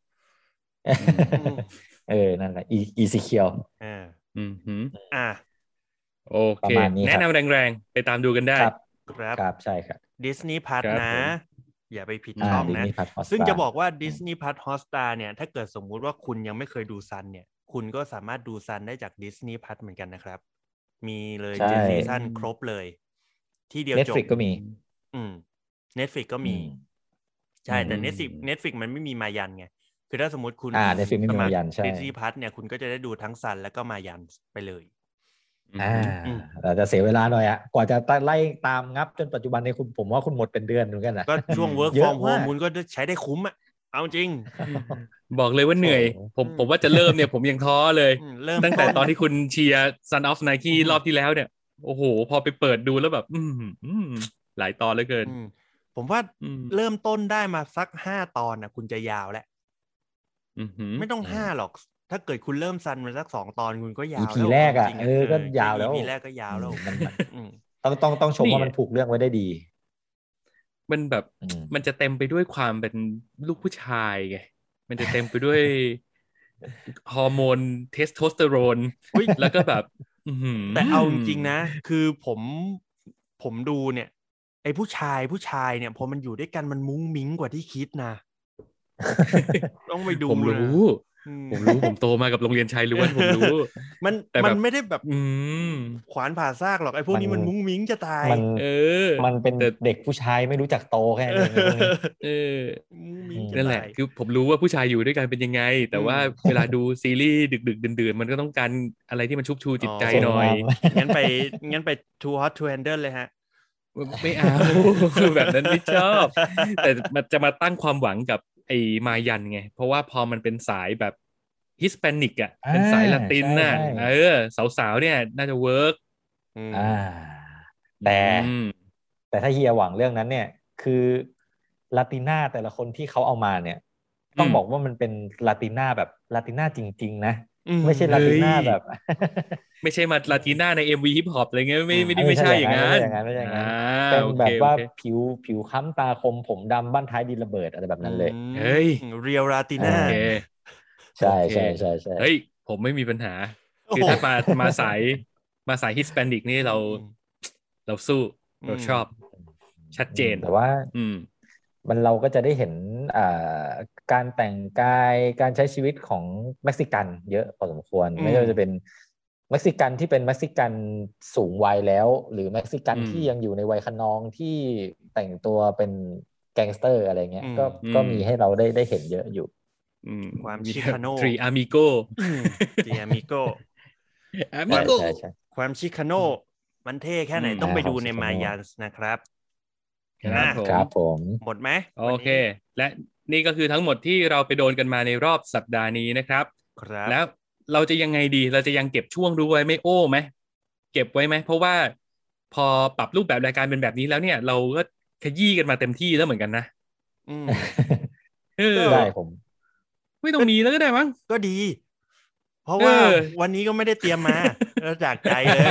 เออนั่นแหละอีอีซีเคียวอ่าอืมอ่าโอเคแนะนำแรงๆไปตามดูกันได้ครับครับใช่ครับ Disney Plus นะอย่าไปผิดช่องนะซึ่งจะบอกว่า Disney Plus Hotstar เนี่ยถ้าเกิดสมมุติว่าคุณยังไม่เคยดูซันเนี่ยคุณก็สามารถดูซันได้จาก Disney Plus เหมือนกันนะครับมีเลยเจ็ดซีซั่นครบเลยที่เดียวจบ Netflix ก็มีอืม Netflix ก็มีใช่แต่ Netflix Netflix มันไม่มีมายันไงคือถ้าสมมติคุณสมัคร Disney Plus เนี่ยคุณก็จะได้ดูทั้งซันแล้วก็มายันไปเลยอ่าแต่จะเสียเวลาหน่อยอ่ะกว่าจะไล่ตามงับจนปัจจุบันในคุณผมว่าคุณหมดเป็นเดือนเหมือนกันนะก็ช่วง work from home คุณก็ใช้ได้คุ้มอ่ะเอาจริงบอกเลยว่าเหนื่อยผมผมว่าจะเริ่มเนี่ยผมยังท้อเลยตั้งแต่ตอนที่คุณเชียร์ Son of Nike รอบที่แล้วเนี่ยโอ้โหพอไปเปิดดูแล้วแบบอืมหลายตอนเหลือเกินผมว่าเริ่มต้นได้มาสักห้าตอนนะคุณจะยาวแล้วไม่ต้องห้าหรอกถ้าเกิดคุณเริ่มซันมาสักสองตอนคุณก็ยาวแล้วอี พี แรกอ่ะเออก็ยาวแล้วอี พี แรกก็ยาวแล้วต้องต้องต้องชมว่ามันผูกเรื่องไว้ได้ดีมันแบบมันจะเต็มไปด้วยความเป็นลูกผู้ชายไงมันจะเต็มไปด้วยฮอร์โมนเทสโทสเตอโรนแล้วก็แบบแต่เอาจริงๆนะคือผมผมดูเนี่ยไอ้ผู้ชายผู้ชายเนี่ยพอมันอยู่ด้วยกันมันมุ้งมิ้งกว่าที่คิดนะต้องไปดูผมรู้ผมรู้ผมโตมากับโรงเรียนชายล้วนผมรู้มันมันไม่ได้แบบขวานผ่าซากหรอกไอ้พวกนี้มันมุ้งมิ้งจะตายเออมันเป็นเด็กผู้ชายไม่รู้จักโตแค่นั้นเองเออนั่นแหละคือผมรู้ว่าผู้ชายอยู่ด้วยกันเป็นยังไงแต่ว่าเวลาดูซีรีส์ดึกๆดื่นๆมันก็ต้องการอะไรที่มันชุบชูจิตใจหน่อยงั้นไปงั้นไป Too Hot to Handle เลยฮะไม่เอาแบบนั้นไม่ชอบแต่มันจะมาตั้งความหวังกับไอ้มายันไงเพราะว่าพอมันเป็นสายแบบฮิสแปนิกอ่ะเป็นสายละตินน่ะเออสาวๆเนี่ยน่าจะเวิร์กอ่าแต่แต่ถ้าเฮียหวังเรื่องนั้นเนี่ยคือลาติน่าแต่ละคนที่เขาเอามาเนี่ยต้องบอกว่ามันเป็นลาติน่าแบบลาติน่าจริงๆนะไม่ใช่ลาติน่าแบบไม่ใช่มาลาติน่าใน เอ็ม วี ฮิปฮอปอะไรเงี้ยไม่ไม่ได้ไม่ใช่อย่างนั้นไม่ใช่อย่างนั้นไม่ใช่อย่างนั้นเป็นแบบว่าผิวผิวค้ำตาคมผมดำบั้นท้ายดินระเบิดอะไรแบบนั้นเลยเฮ้ยเรียลลาติน่าใช่ใช่ใช่ใช่เฮ้ยผมไม่มีปัญหาคือถ้ามามาสายมาสายฮิสแปนิกนี่เราเราสู้เราชอบชัดเจนแต่ว่ามันเราก็จะได้เห็นการแต่งกายการใช้ชีวิตของเม็กซิกันเยอะพอสมควรไม่ว่าจะเป็นเม็กซิกันที่เป็นเม็กซิกันสูงวัยแล้วหรือเม็กซิกันที่ยังอยู่ในวัยคะนองที่แต่งตัวเป็นแก๊งสเตอร์อะไรเงี้ยก็ก็มีให้เราได้ได้เห็นเยอะอยู่ความชิคาโน่ทรีอามิโกทรีอามิโกความชิคาโน่มันเท่แค่ไหนต้องไปดูในมายันส์นะครับครับผมหมดไหมโอเคและนี่ก็คือทั้งหมดที่เราไปโดนกันมาในรอบสัปดาห์นี้นะครับครับแล้วเราจะยังไงดีเราจะยังเก็บช่วงดูไว้ไม่โอ้ไหมเก็บไว้ไหมเพราะว่าพอปรับรูปแบบรายการเป็นแบบนี้แล้วเนี่ยเราก็ขยี้กันมาเต็มที่แล้วเหมือนกันนะอืมได้ผมไม่ต้องมีแล้วก็ได้มั้งก็ดีเพราะว่าวันนี้ก็ไม่ได้เตรียมมาแล้วจากใจเลย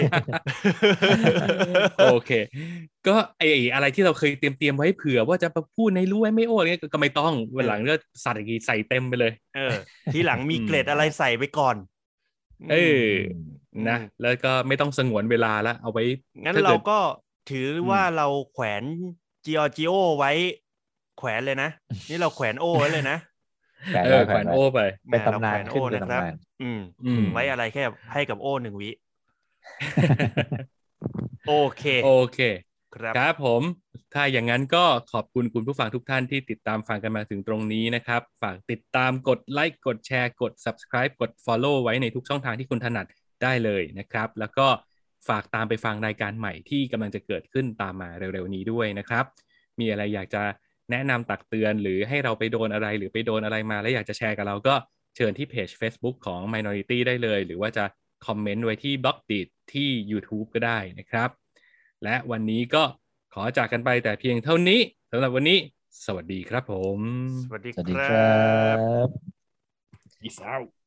โอเคก็ไอ้อะไรที่เราเคยเตรียมเตรียมไว้เผื่อว่าจะพูดในรู้ไว้ไม่โอ้เนี่ยก็ไม่ต้องวันหลังก็ใส่ใส่เต็มไปเลยเออทีหลังมีเกรดอะไรใส่ไปก่อนเออนะแล้วก็ไม่ต้องสงวนเวลาแล้วเอาไว้งั้นเราก็ถือว่าเราแขวนจีออจิโอไว้แขวนเลยนะนี่เราแขวนโอไว้เลยนะเออแขวนโอไปเป็นตำนานขึ้นนะครับอืมไว้อะไรแค่ให้กับโอหนึ่งวิโอเคโอเคครับครับผมถ้าอย่างนั้นก็ขอบคุณคุณผู้ฟังทุกท่านที่ติดตามฟังกันมาถึงตรงนี้นะครับฝากติดตามกดไลค์กดแชร์กด Subscribe กด Follow ไว้ในทุกช่องทางที่คุณถนัดได้เลยนะครับแล้วก็ฝากตามไปฟังรายการใหม่ที่กำลังจะเกิดขึ้นตามมาเร็วๆนี้ด้วยนะครับมีอะไรอยากจะแนะนำตักเตือนหรือให้เราไปโดนอะไรหรือไปโดนอะไรมาแล้วอยากจะแชร์กับเราก็เชิญที่เพจ Facebook ของ Minority ได้เลยหรือว่าจะคอมเมนต์ไว้ที่ Blogdit ที่ YouTube ก็ได้นะครับและวันนี้ก็ขอจากกันไปแต่เพียงเท่านี้สำหรับวันนี้สวัสดีครับผมสวัสดีครับ Peace out